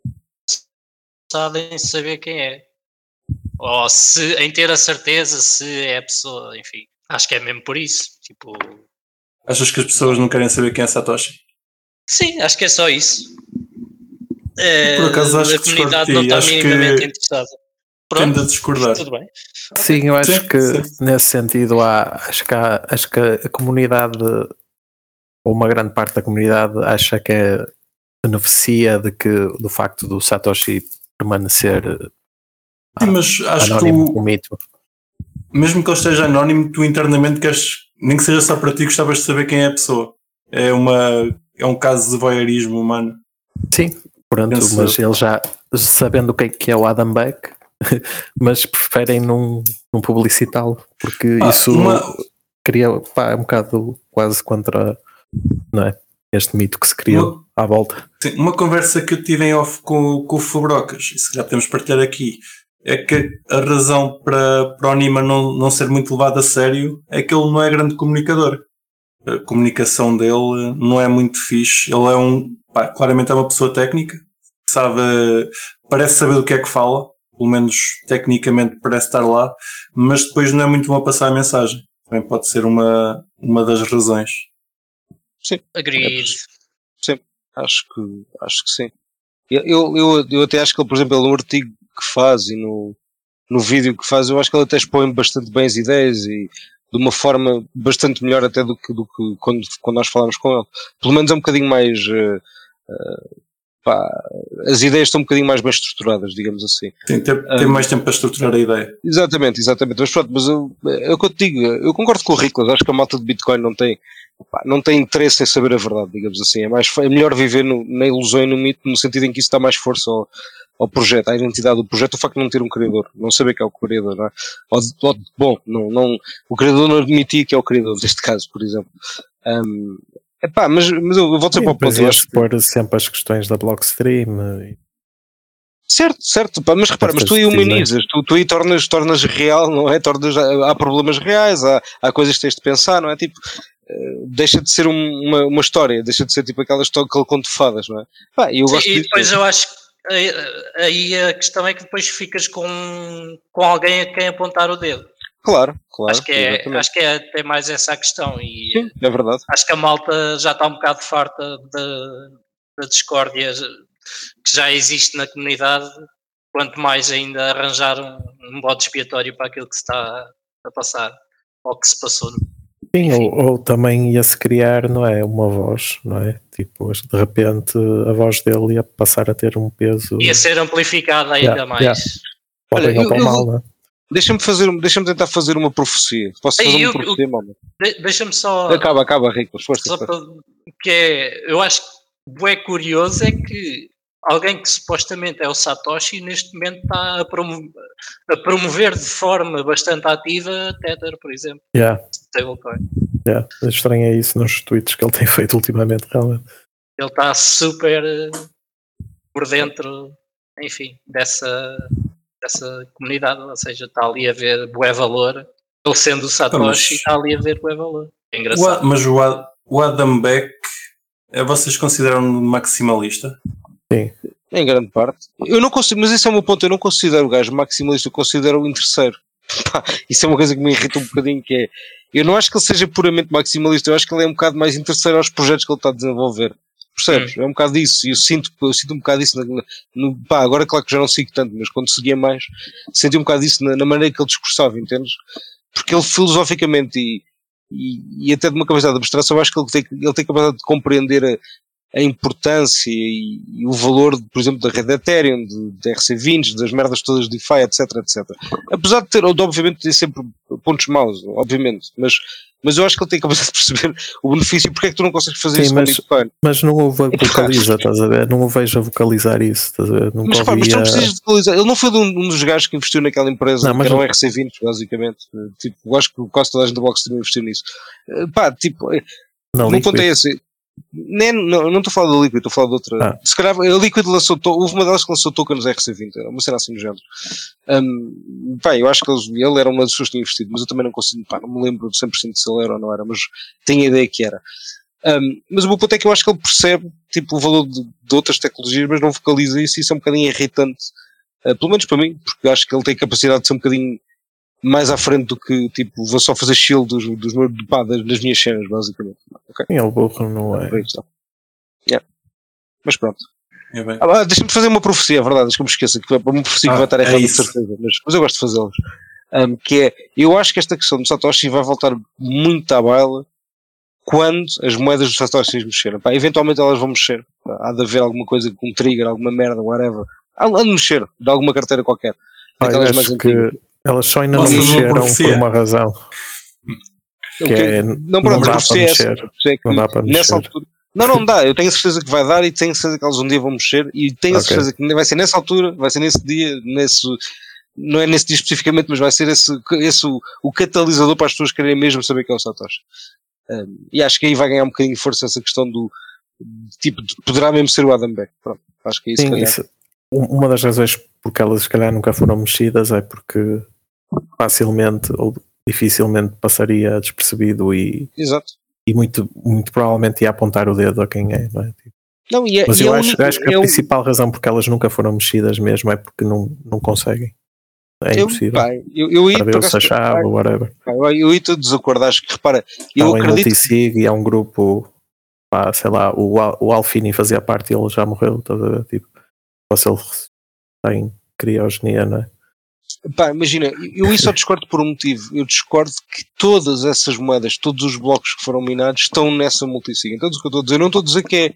em saber quem é. Ou em ter a certeza se é a pessoa, enfim. Acho que é mesmo por isso. Tipo... Achas que as pessoas não querem saber quem é Satoshi? Sim, acho que é só isso. Por acaso acho a comunidade não está minimamente interessada. Tendo a discordar. Tudo bem. Sim, eu acho que nesse sentido acho que a comunidade, ou uma grande parte da comunidade, acha que beneficia do facto do Satoshi permanecer mas acho anónimo com o mito. Mesmo que ele esteja anónimo, tu internamente queres, nem que seja só para ti, gostavas de saber quem é a pessoa. É um caso de voyeurismo humano. Sim, pronto, mas ele já, sabendo quem que é o Adam Beck, mas preferem não publicitá-lo, porque isso cria um bocado quase contra, não é? Este mito que se criou à volta. Sim, uma conversa que eu tive em off com o Fubrocas, e se já podemos partilhar aqui, é que a razão para o Nima não ser muito levado a sério é que ele não é grande comunicador. A comunicação dele não é muito fixe. Ele claramente é uma pessoa técnica, que parece saber do que é que fala, pelo menos tecnicamente parece estar lá, mas depois não é muito bom a passar a mensagem. Também pode ser uma das razões. Sim, agreed. Sim, acho que sim. Eu até acho que ele, por exemplo, no artigo que faz e no vídeo que faz, eu acho que ele até expõe bastante bem as ideias e de uma forma bastante melhor até do que quando nós falamos com ele. Pelo menos é um bocadinho mais as ideias estão um bocadinho mais bem estruturadas, digamos assim. Sim, tem mais tempo para estruturar a ideia. Exatamente. Mas pronto, é o que eu te digo, eu concordo com o Ricolas, acho que a malta de Bitcoin não tem interesse em saber a verdade, digamos assim. É melhor viver na ilusão e no mito, no sentido em que isso dá mais força ao projeto, à identidade do projeto, o facto de não ter um criador, não saber que é o criador, não é? O criador não admitia que é o criador, neste caso, por exemplo. Mas eu volto sempre ao ponto. Eu expor sempre as questões da Blockstream. Certo, mas repara, mas tu aí humanizas, tu aí tornas real, não é? Há problemas reais, há coisas que tens de pensar, não é? Tipo, deixa de ser uma história, deixa de ser tipo aquela história que ele conta de fadas, não é? E depois eu acho que aí a questão é que depois ficas com alguém a quem apontar o dedo. Claro. Acho que é até mais essa a questão. E sim, é verdade. Acho que a malta já está um bocado farta da discórdia que já existe na comunidade, quanto mais ainda arranjar um bode expiatório para aquilo que se está a passar, ou que se passou. Sim, ou também ia-se criar, não é, uma voz, não é? Tipo, de repente a voz dele ia passar a ter um peso... Ia ser amplificada ainda mais. Podem não para mal, não é? Deixa-me tentar fazer uma profecia. Posso fazer uma profecia, mano? Deixa-me só... Acaba, Rico. Eu acho que é curioso é que alguém que supostamente é o Satoshi neste momento está a promover de forma bastante ativa Tether, por exemplo. Stablecoin. Estranho é isso nos tweets que ele tem feito ultimamente, realmente. Ele está super por dentro, enfim, dessa comunidade, ou seja, está ali a ver bué valor, ele sendo o Satoshi, está ali a ver bué valor. É engraçado. Mas o Adam Beck, vocês consideram maximalista? Sim. Em grande parte. Eu não consigo, mas esse é o meu ponto, eu não considero o gajo maximalista, eu considero o interesseiro. Isso é uma coisa que me irrita um bocadinho, que é, eu não acho que ele seja puramente maximalista, eu acho que ele é um bocado mais interesseiro aos projetos que ele está a desenvolver. Percebes? É um bocado disso, e eu sinto um bocado disso agora claro que já não sigo tanto, mas quando seguia mais, senti um bocado disso na maneira que ele discursava, entendes? Porque ele filosoficamente e até de uma capacidade de abstração, eu acho que ele tem capacidade de compreender a importância e o valor, por exemplo, da rede Ethereum, de RC20, das merdas todas de DeFi, etc. Apesar de obviamente, ter sempre pontos maus, obviamente, mas eu acho que ele tem capacidade de perceber o benefício e porque é que tu não consegues fazer isso com o Bitcoin. Mas não o vocaliza, estás a ver? Não o vejo a vocalizar isso, estás a ver? Mas tu não precisas de vocalizar. Ele não foi um dos gajos que investiu naquela empresa, que era um RC20, basicamente. Tipo, eu acho que quase toda a gente da Blockstream investiu nisso. O meu ponto é esse. Não estou a falar da Liquid, estou a falar de outra. Se calhar a Liquid houve uma delas que lançou tokens RC20, uma cena assim do género. Eu acho que ele era uma das pessoas que tinha investido, mas eu também não consigo, não me lembro de 100% se ele era ou não era, mas tenho a ideia que era. Mas o meu ponto é que eu acho que ele percebe tipo, o valor de outras tecnologias, mas não vocaliza isso, e isso é um bocadinho irritante, pelo menos para mim, porque acho que ele tem capacidade de ser um bocadinho mais à frente do que, tipo, vou só fazer shield das minhas cenas, basicamente. Okay? Ele burro não é. Mas pronto. Deixa-me fazer uma profecia, é verdade, acho que eu me esqueço, que é uma profecia que vai estar errada de certeza, mas eu gosto de fazê-las. Que é, eu acho que esta questão do Satoshi vai voltar muito à baila quando as moedas dos Satoshis mexerem. Eventualmente elas vão mexer. Há de haver alguma coisa com um trigger, alguma merda, whatever. Há de mexer, de alguma carteira qualquer. Aquelas mais antigas. Elas só ainda não mexeram por uma razão. Não dá para mexer. Nessa altura. Não dá. Eu tenho a certeza que vai dar e tenho a certeza que elas um dia vão mexer e tenho a certeza que vai ser nessa altura, vai ser nesse dia, não é nesse dia especificamente, mas vai ser esse o catalisador para as pessoas quererem mesmo saber quem é o Satoshi. E acho que aí vai ganhar um bocadinho de força essa questão do tipo, poderá mesmo ser o Adam Beck. Pronto, acho que é isso. Sim, isso, uma das razões porque elas se calhar nunca foram mexidas é porque facilmente ou dificilmente passaria despercebido e muito, muito provavelmente ia apontar o dedo a quem é, não é? Tipo, não, mas eu acho que a principal razão porque elas nunca foram mexidas mesmo é porque não conseguem. É impossível. Eu ia para a chave ou whatever. Eu ia todo desacordo, acho que repara, eu acredito que há um grupo, pá, sei lá, o Alfini fazia parte e ele já morreu, estás a ver? Tipo, ou se ele tem criogenia, não é? Pá, imagina, eu só discordo por um motivo. Eu discordo que todas essas moedas, todos os blocos que foram minados estão nessa multisig. Então, o que eu estou a dizer, eu não estou a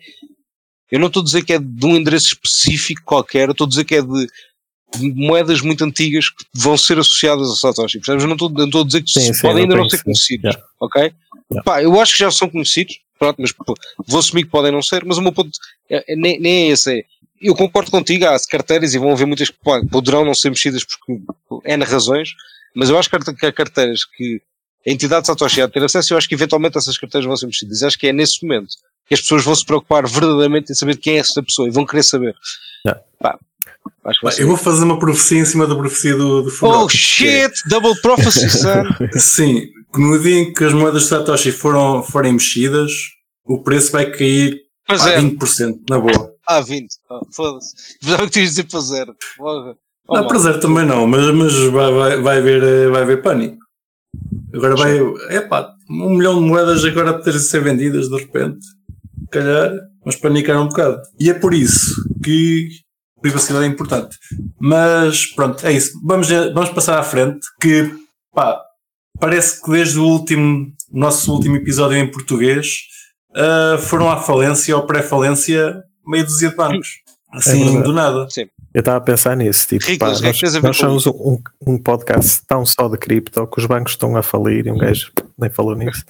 dizer que é de um endereço específico qualquer, eu estou a dizer que é de moedas muito antigas que vão ser associadas a Satoshi, percebes? Eu não estou a dizer que podem ainda não ser conhecidos, ok? Pá, eu acho que já são conhecidos, pronto, mas vou assumir que podem não ser, mas o meu ponto nem é esse, eu concordo contigo, há carteiras e vão haver muitas que poderão não ser mexidas porque N razões, mas eu acho que há carteiras que a entidade Satoshi há de ter acesso e eu acho que eventualmente essas carteiras vão ser mexidas. Acho que é nesse momento que as pessoas vão se preocupar verdadeiramente em saber quem é essa pessoa e vão querer saber. Pá, eu vou fazer uma profecia em cima da profecia do Fubrok. Oh shit! Double prophecy, son! Sim, no dia em que as moedas de Satoshi forem mexidas, o preço vai cair a 20%, na boa. 20. Foda-se. Pensava que tu ias dizer para 0. Não, para 0 também não, mas vai haver pânico. Agora vai, 1 milhão de moedas agora poderem ser vendidas de repente. Se calhar, mas panicaram um bocado. E é por isso que privacidade é importante. Mas pronto, é isso. Vamos passar à frente, que parece que desde o nosso último episódio em português foram à falência ou pré-falência meia dúzia de bancos. Assim, do nada. Sim. Eu estava a pensar nisso, tipo, nós somos um podcast tão só de cripto que os bancos estão a falir e um gajo nem falou nisso.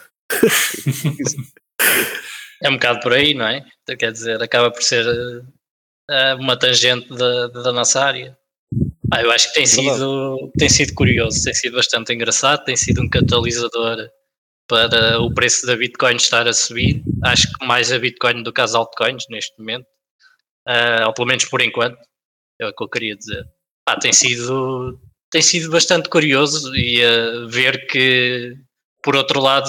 É um bocado por aí, não é? Quer dizer, acaba por ser uma tangente da nossa área. Eu acho que tem sido curioso, tem sido bastante engraçado, tem sido um catalisador para o preço da Bitcoin estar a subir. Acho que mais a Bitcoin do que as altcoins neste momento, ou pelo menos por enquanto, é o que eu queria dizer. Tem sido bastante curioso e ver que, por outro lado,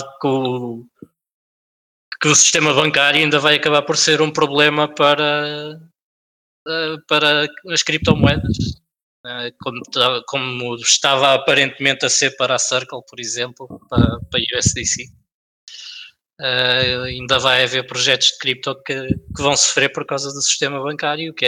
que o sistema bancário ainda vai acabar por ser um problema para as criptomoedas, como estava aparentemente a ser para a Circle, por exemplo, para a USDC. Ainda vai haver projetos de cripto que vão sofrer por causa do sistema bancário, que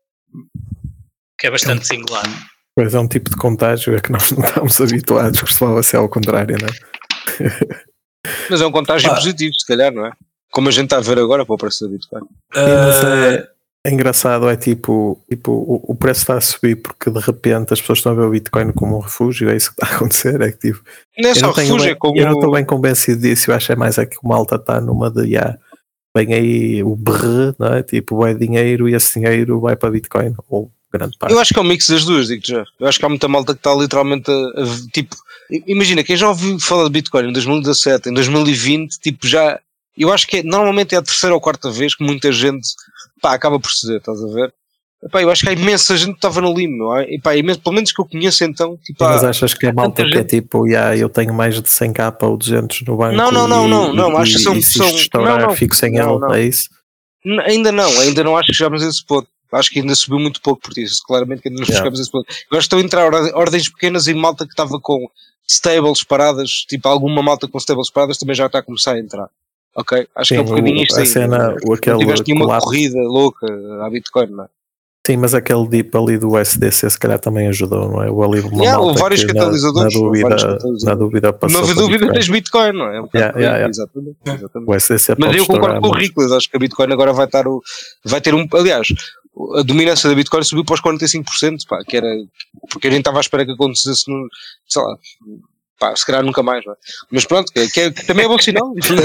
é bastante singular. Pois é, um tipo de contágio que nós não estamos habituados, costumava ser ao contrário, não é? Mas é um contágio positivo, se calhar, não é? Como a gente está a ver agora para o preço da Bitcoin. É engraçado, é tipo o preço está a subir porque de repente as pessoas estão a ver o Bitcoin como um refúgio, é isso que está a acontecer, é que tipo, não é só refúgio, é como... Eu não estou bem convencido disso, eu acho é mais que o malta está numa de vem aí o brrr, não é? Tipo, vai dinheiro e esse dinheiro vai para Bitcoin, ou grande parte. Eu acho que é um mix das duas, digo já. Eu acho que há muita malta que está literalmente tipo, imagina, quem já ouviu falar de Bitcoin em 2017, em 2020, tipo, já, eu acho que normalmente é a terceira ou quarta vez que muita gente acaba por ceder, estás a ver? Eu acho que há imensa gente que estava no limbo, não é? Pelo menos que eu conheço então. Tipo, mas achas que é malta que é tipo, eu tenho mais de 100k ou 200 no banco? Não, acho que são. Fico sem ela, é isso? Ainda não acho que chegamos a esse ponto. Acho que ainda subiu muito pouco por isso, claramente que ainda não chegamos a esse ponto. Agora estão a entrar ordens pequenas e malta que estava com stables paradas, tipo alguma malta com stables paradas também já está a começar a entrar. Ok? Acho que é um bocadinho isto aí. Tiveste uma corrida louca à Bitcoin, não é? Sim, mas aquele dip ali do USDC se calhar também ajudou, não é? Houve vários catalisadores. Na dúvida passou. Não houve dúvida das Bitcoin, não é? Exatamente. O USDC mas eu concordo com o Riclas, acho que a Bitcoin agora vai ter aliás, a dominância da Bitcoin subiu para os 45%, que era porque a gente estava à espera que acontecesse sei lá, Pá, se calhar nunca mais, não é? Mas pronto, que também é bom sinal. Nunca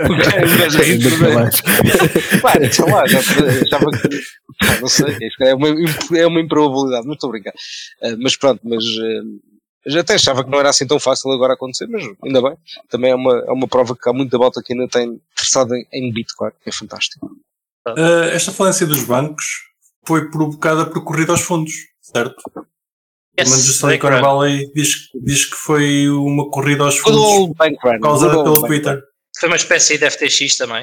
mais. Pá, sei lá, já achava que. Pá, não sei, é uma improbabilidade, mas estou a brincar. Mas pronto, já até achava que não era assim tão fácil agora acontecer, mas ainda bem. Também é uma prova que há muita volta que ainda tem interessado em Bitcoin, é fantástico. Esta falência dos bancos foi provocada por corrida aos fundos, certo? Pelo menos o Silicon Valley diz que foi uma corrida aos fundos causada pelo Twitter. Foi uma espécie de FTX também.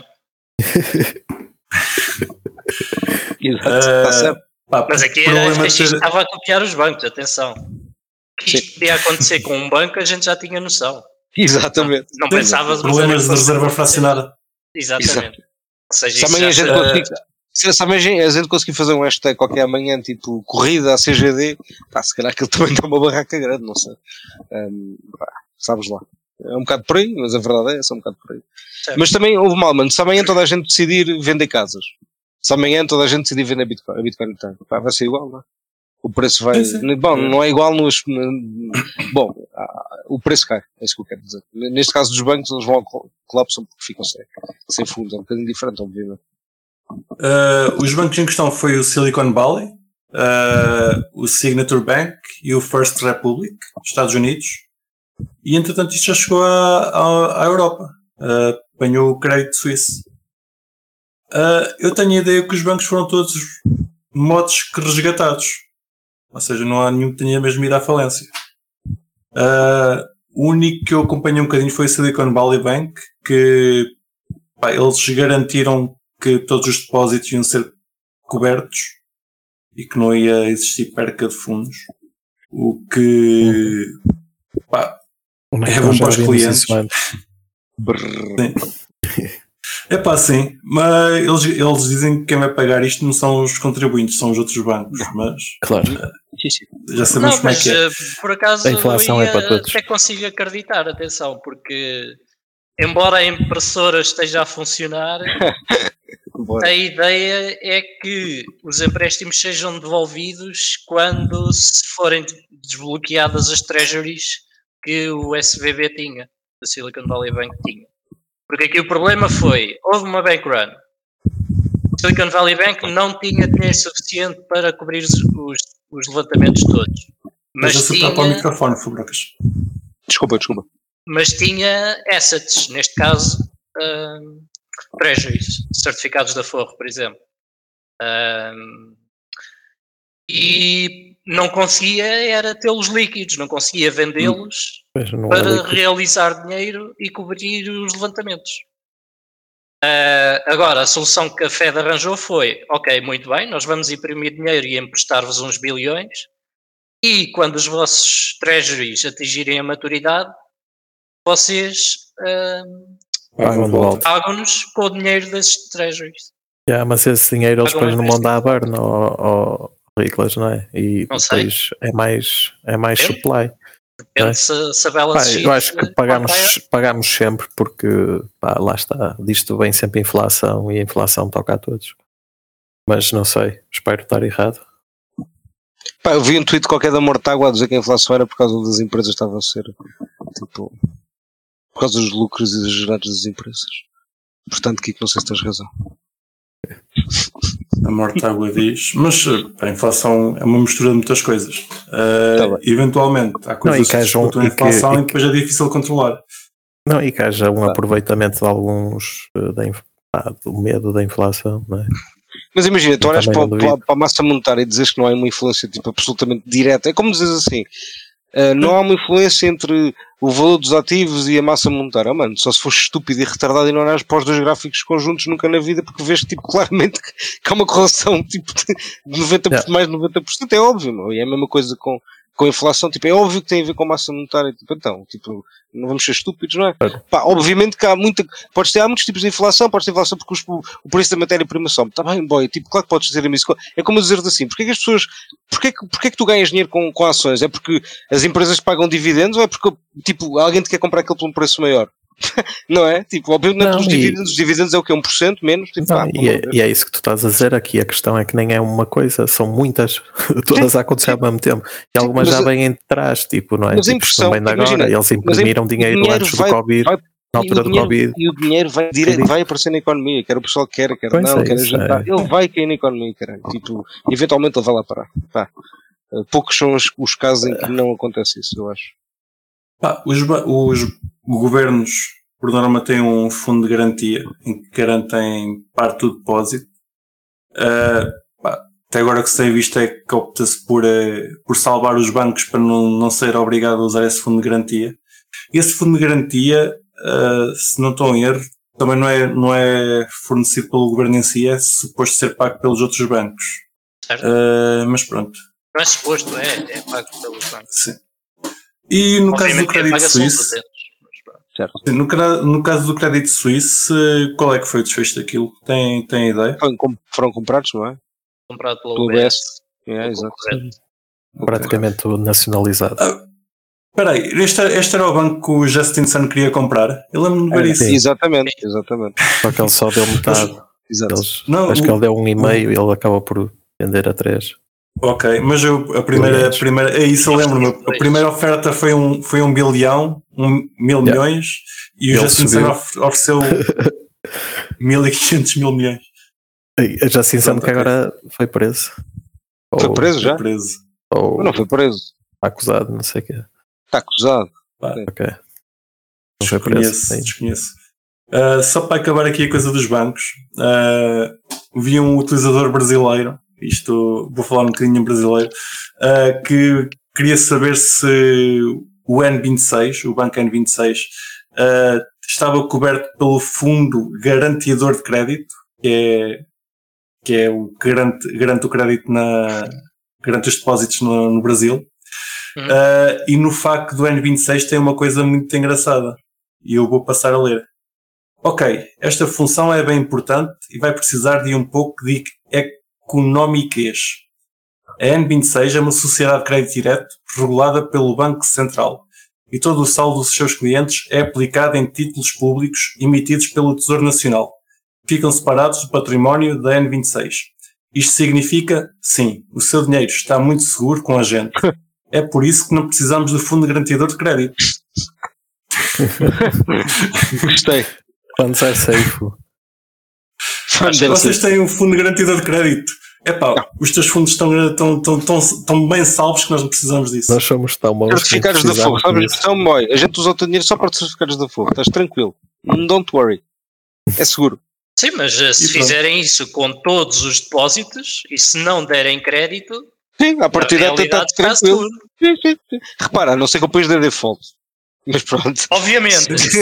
Exato, mas aqui a FTX estava a copiar os bancos, atenção. Que isto podia acontecer com um banco, a gente já tinha noção. Exatamente. Não pensava... Problemas de reserva fracionada. Exatamente. Ou seja, se amanhã a gente conseguir fazer um hashtag qualquer amanhã, tipo corrida a CGD, pá, se calhar aquilo também dá uma barraca grande, não sei. Sabes lá. É um bocado por aí, mas a verdade é essa, um bocado por aí. Certo. Mas também houve mal, mano. Se amanhã toda a gente decidir vender casas, se amanhã toda a gente decidir vender Bitcoin, a Bitcoin pá, vai ser igual, não é? O preço vai... Bom, não é igual nos... Bom, o preço cai, é isso que eu quero dizer. Neste caso dos bancos, eles vão ao colapso porque ficam sem fundos. É um bocadinho diferente, obviamente. Os bancos em questão foi o Silicon Valley, o Signature Bank e o First Republic, Estados Unidos. E, entretanto, isto já chegou à Europa. Apanhou o crédito suíço. Eu tenho a ideia que os bancos foram todos modos que resgatados. Ou seja, não há nenhum que tenha mesmo ido à falência. O único que eu acompanhei um bocadinho foi o Silicon Valley Bank, que eles garantiram que todos os depósitos iam ser cobertos e que não ia existir perca de fundos. O que é bom para os clientes. Sim, mas eles dizem que quem vai pagar isto não são os contribuintes, são os outros bancos, mas claro. Já sabemos como é que é. Por acaso a inflação é para todos. Até consigo acreditar, atenção, porque embora a impressora esteja a funcionar, a ideia é que os empréstimos sejam devolvidos quando se forem desbloqueadas as treasuries que o SVB tinha, a Silicon Valley Bank tinha. Porque aqui o problema foi, houve uma bank run. Silicon Valley Bank não tinha dinheiro suficiente para cobrir os levantamentos todos. Mas tinha... para o microfone, Fubrocas. Desculpa. Mas tinha assets, neste caso, treasuries, certificados de aforro, por exemplo. E não conseguia era tê-los líquidos, não conseguia vendê-los para realizar dinheiro e cobrir os levantamentos. Agora, a solução que a Fed arranjou foi, ok, muito bem, nós vamos imprimir dinheiro e emprestar-vos uns bilhões e quando os vossos treasuries atingirem a maturidade, vocês pagam-nos com o dinheiro desses treasuries. Mas esse dinheiro eles depois não vão dar a burn ao Riclas, não é? E não depois é mais supply. Depende se a balance sheet... Eu acho que pagamos sempre porque lá está, disto vem sempre inflação e a inflação toca a todos. Mas não sei, espero estar errado. Eu vi um tweet qualquer da Mortágua a dizer que a inflação era por causa das empresas que estavam a ser tipo, por causa dos lucros exagerados das empresas. Portanto, Kiko, não sei se tens razão. A Mortágua diz, mas a inflação é uma mistura de muitas coisas. Eventualmente há coisas que disputam a inflação e depois é difícil controlar. Não, e que haja um aproveitamento de alguns do medo da inflação, não é? Mas imagina, tu olhas para a massa monetária e dizes que não há uma influência tipo, absolutamente direta. É como dizes assim, não há uma influência entre o valor dos ativos e a massa monetária. Mano, só se fores estúpido e retardado e não olhares para os dois gráficos conjuntos nunca na vida, porque vês tipo, claramente que há uma correlação tipo, de 90%, mais de 90%. É óbvio, não? E é a mesma coisa com a inflação. Tipo, é óbvio que tem a ver com a massa monetária. Tipo, então, tipo, não vamos ser estúpidos, não é? Obviamente que há há muitos tipos de inflação. Podes ter inflação porque o preço da matéria-prima sobe. Está bem, boy. Tipo, claro que podes dizer isso. É como dizer assim, porque é que as pessoas, porque é que tu ganhas dinheiro com ações? É porque as empresas pagam dividendos ou é porque, tipo, alguém te quer comprar aquilo por um preço maior? Não é? Tipo, obviamente Não, os dividendos é o quê? 1% menos? Tipo, não, e é isso que tu estás a dizer aqui. A questão é que nem é uma coisa, são muitas, todas a acontecer ao mesmo tempo. E algumas já vêm em trás, tipo, não é? Mas a Tipo, impressão, também de agora, eles imprimiram dinheiro antes do Covid, na altura do Covid. E o dinheiro vai aparecer na economia, quer o pessoal quer não, quer jantar. Ele vai cair na economia, caralho. Tipo, eventualmente ele vai lá parar. Pá. Poucos são os casos em que não acontece isso, eu acho. Pá, os governos, por norma, têm um fundo de garantia em que garantem parte do depósito. Até agora o que se tem visto é que opta-se por salvar os bancos para não ser obrigado a usar esse fundo de garantia. E esse fundo de garantia, se não estou em erro, também não é fornecido pelo governo em si, é suposto ser pago pelos outros bancos. Certo. Mas pronto. Não é suposto, é pago pelos bancos. Sim. E no caso do crédito suíço, no caso do crédito suíço, qual é que foi o desfecho daquilo? Tem ideia? Foram comprados, não é? Comprado pelo UBS. Exato. Praticamente tudo nacionalizado. Espera aí, este era o banco que o Justin Sun queria comprar? Eu lembro-me de ver isso. Exatamente. Só que ele só deu metade. Acho que ele deu 1,5 e ele acaba por vender a 3. Ok, mas a primeira, é isso, eu lembro-me. A primeira oferta foi 1 bilhão, 1.000 milhões, e o Justin Sun ofereceu 1.500 mil milhões. Eu já sinto que agora foi preso. Foi preso já? Foi preso. Ou não foi preso. Acusado, não sei o quê. Está acusado. Ok. Não foi preso. Desconheço. Só para acabar aqui a coisa dos bancos, vi um utilizador brasileiro, isto vou falar um bocadinho em brasileiro, que queria saber se o N26, o banco N26, estava coberto pelo fundo garantidor de crédito, que é o que garante o crédito, garante os depósitos no Brasil. E no facto do N26 tem uma coisa muito engraçada, e eu vou passar a ler. Ok, esta função é bem importante e vai precisar de um pouco de económicas. A N26 é uma sociedade de crédito direto regulada pelo Banco Central e todo o saldo dos seus clientes é aplicado em títulos públicos emitidos pelo Tesouro Nacional. Ficam separados do património da N26. Isto significa, sim, o seu dinheiro está muito seguro com a gente. É por isso que não precisamos do fundo garantidor de crédito. Gostei. Funds are safe. Vocês têm um fundo garantidor de crédito. Os teus fundos estão bem salvos que nós não precisamos disso. Nós somos tão bons. Certificados da Forro. A gente usa o teu dinheiro só para certificados da Forro. Estás tranquilo. Don't worry. É seguro. Sim, mas se fizerem isso com todos os depósitos e se não derem crédito, sim, a partir daí está tranquilo. Sim. Repara, a não ser que o país dê default. Mas pronto. Obviamente. Se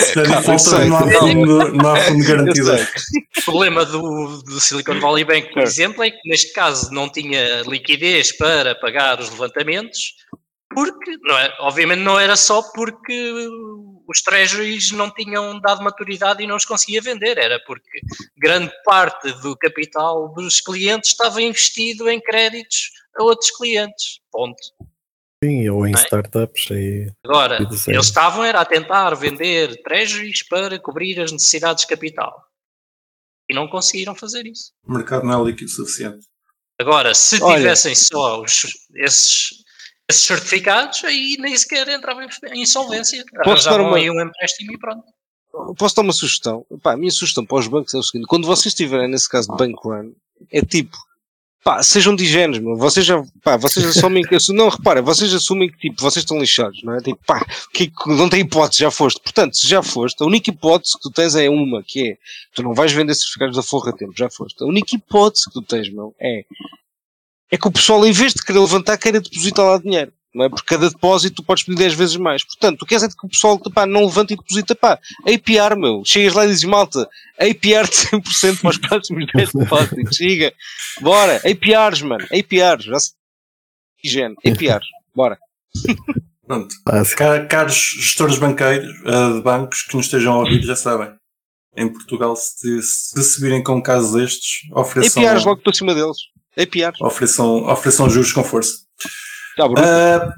não há fundo garantido. O problema do Silicon Valley Bank, por exemplo, é que neste caso não tinha liquidez para pagar os levantamentos, porque, obviamente não era só porque os treasuries não tinham dado maturidade e não os conseguia vender, era porque grande parte do capital dos clientes estava investido em créditos a outros clientes. Ponto. Sim, ou em startups. Agora, eles estavam a tentar vender treasuries para cobrir as necessidades de capital. E não conseguiram fazer isso. O mercado não é líquido o suficiente. Agora, se tivessem só esses certificados, aí nem sequer entravam em insolvência. Arranjavam aí um empréstimo e pronto. Posso dar uma sugestão? A minha sugestão para os bancos é o seguinte: quando vocês estiverem nesse caso de bank run, é tipo, sejam de ingênuos, meu. Vocês assumem que... Não, repara, vocês assumem que, tipo, vocês estão lixados, não é? Tipo, não tem hipótese, já foste. Portanto, se já foste, a única hipótese que tu tens é uma, que é, tu não vais vender certificados da Forro a tempo, já foste. A única hipótese que tu tens, meu, é que o pessoal, em vez de querer levantar, queira depositar lá dinheiro. Não é? Porque cada depósito tu podes pedir 10 vezes mais. Portanto, tu queres é que o pessoal não levanta e deposita, APR, meu. Chegas lá e dizes, malta, APR de 100% para os próximos 10 depósitos. Siga. Bora. APRs, mano. APRs. Já sei. Higiene. APRs. Bora. Pronto. Caros gestores banqueiros, de bancos que nos estejam a ouvir, já sabem. Em Portugal, se virem com um caso destes, ofereçam... APRs logo para cima deles. APRs. Ofereçam juros com força.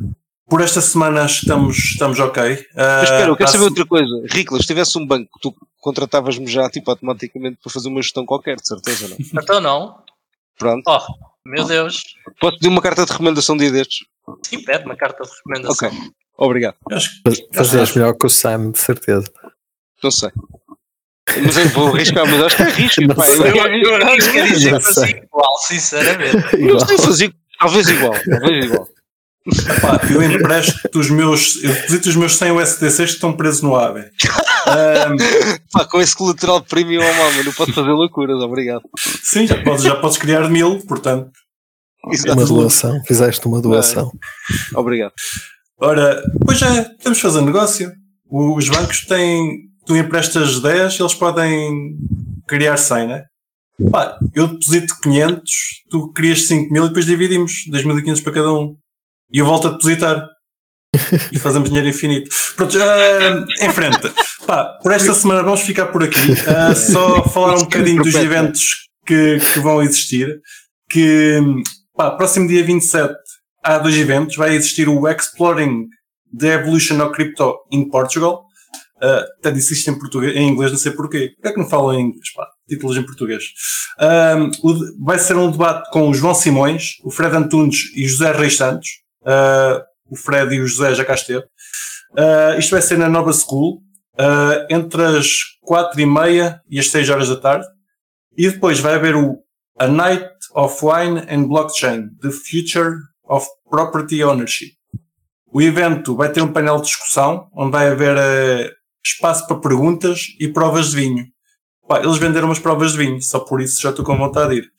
por esta semana acho que estamos ok. Mas espera, eu quero saber outra coisa. Riclas, se tivesse um banco, tu contratavas-me já tipo, automaticamente para fazer uma gestão qualquer, de certeza, não? Então não. Pronto. Oh, meu Deus. Posso pedir uma carta de recomendação de destes? Sim, pede uma carta de recomendação. Ok, obrigado. Fazias melhor que o Sam, de certeza. Não sei. Mas eu vou arriscar, mas acho que arrisco. Pá, Eu arrisco a dizer que fazia igual, sinceramente. não sei fazer, talvez igual. Epá, eu empresto os meus, eu deposito os meus 100 USDCs que estão presos no AVE. Pá, com esse colateral premium, mano, não posso fazer loucuras, obrigado. Sim, já podes criar 1000, portanto. Exato. Uma doação, fizeste uma doação. Obrigado. Ora, pois já temos de fazer negócio. Os bancos têm, tu emprestas 10, eles podem criar 100, né? Pá, eu deposito 500, tu crias 5.000 e depois dividimos 2.500 para cada um. E eu volto a depositar. E fazemos dinheiro infinito. Pronto, em frente. Pá, por esta semana vamos ficar por aqui. Só falar um bocadinho dos eventos que vão existir. Que, pá, próximo dia 27 há 2 eventos. Vai existir o Exploring the Evolution of Crypto in Portugal. Até disse isto em português, em inglês, não sei porquê. Por que é que não falam em inglês? Pá, títulos em português. Vai ser um debate com o João Simões, o Fred Antunes e José Reis Santos. O Fred e o José já cá esteve. Isto vai ser na Nova School, entre as 4h30 e as 6 horas da tarde. E depois vai haver A Night of Wine and Blockchain, The Future of Property Ownership. O evento vai ter um painel de discussão, onde vai haver espaço para perguntas e provas de vinho. Pá, eles venderam umas provas de vinho, só por isso já estou com vontade de ir.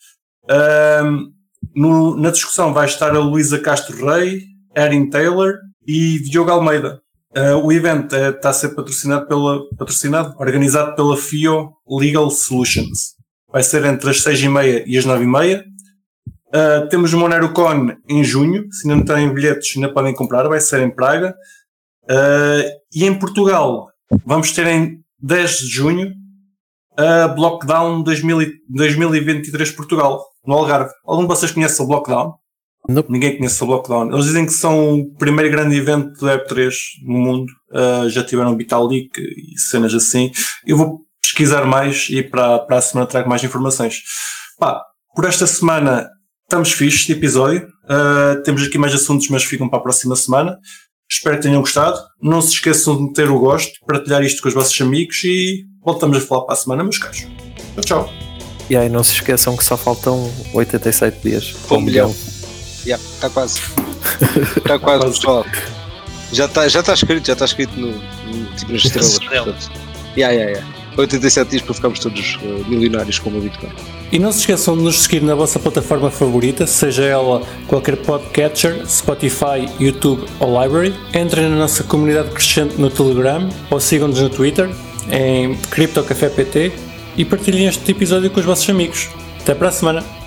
Na discussão vai estar a Luísa Castro Rei, Erin Taylor e Diogo Almeida. O evento está a ser organizado pela FIO Legal Solutions. Vai ser entre as 6h30 e as 9h30. Temos o MoneroCon em junho. Se ainda não têm bilhetes, ainda podem comprar. Vai ser em Praga. E em Portugal, vamos ter em 10 de junho a Blockdown 2023 Portugal, no Algarve. Algum de vocês conhece o Blockdown? Nope. Ninguém conhece o Blockdown. Eles dizem que são o primeiro grande evento do Web3 no mundo. Já tiveram Vitalik e cenas assim. Eu vou pesquisar mais e para a semana trago mais informações. Pá, por esta semana estamos fixes de episódio. Temos aqui mais assuntos, mas ficam para a próxima semana. Espero que tenham gostado. Não se esqueçam de meter o gosto, partilhar isto com os vossos amigos e voltamos a falar para a semana, meus caros. Tchau. E aí não se esqueçam que só faltam 87 dias para 1 milhão. Está quase. Está quase, pessoal. Já está escrito no tipo nas estrelas. 87 dias para ficarmos todos milionários como a Bitcoin. E não se esqueçam de nos seguir na vossa plataforma favorita, seja ela qualquer podcatcher, Spotify, YouTube ou Library. Entrem na nossa comunidade crescente no Telegram ou sigam-nos no Twitter em CryptoCafé PT e partilhem este episódio com os vossos amigos. Até para a semana!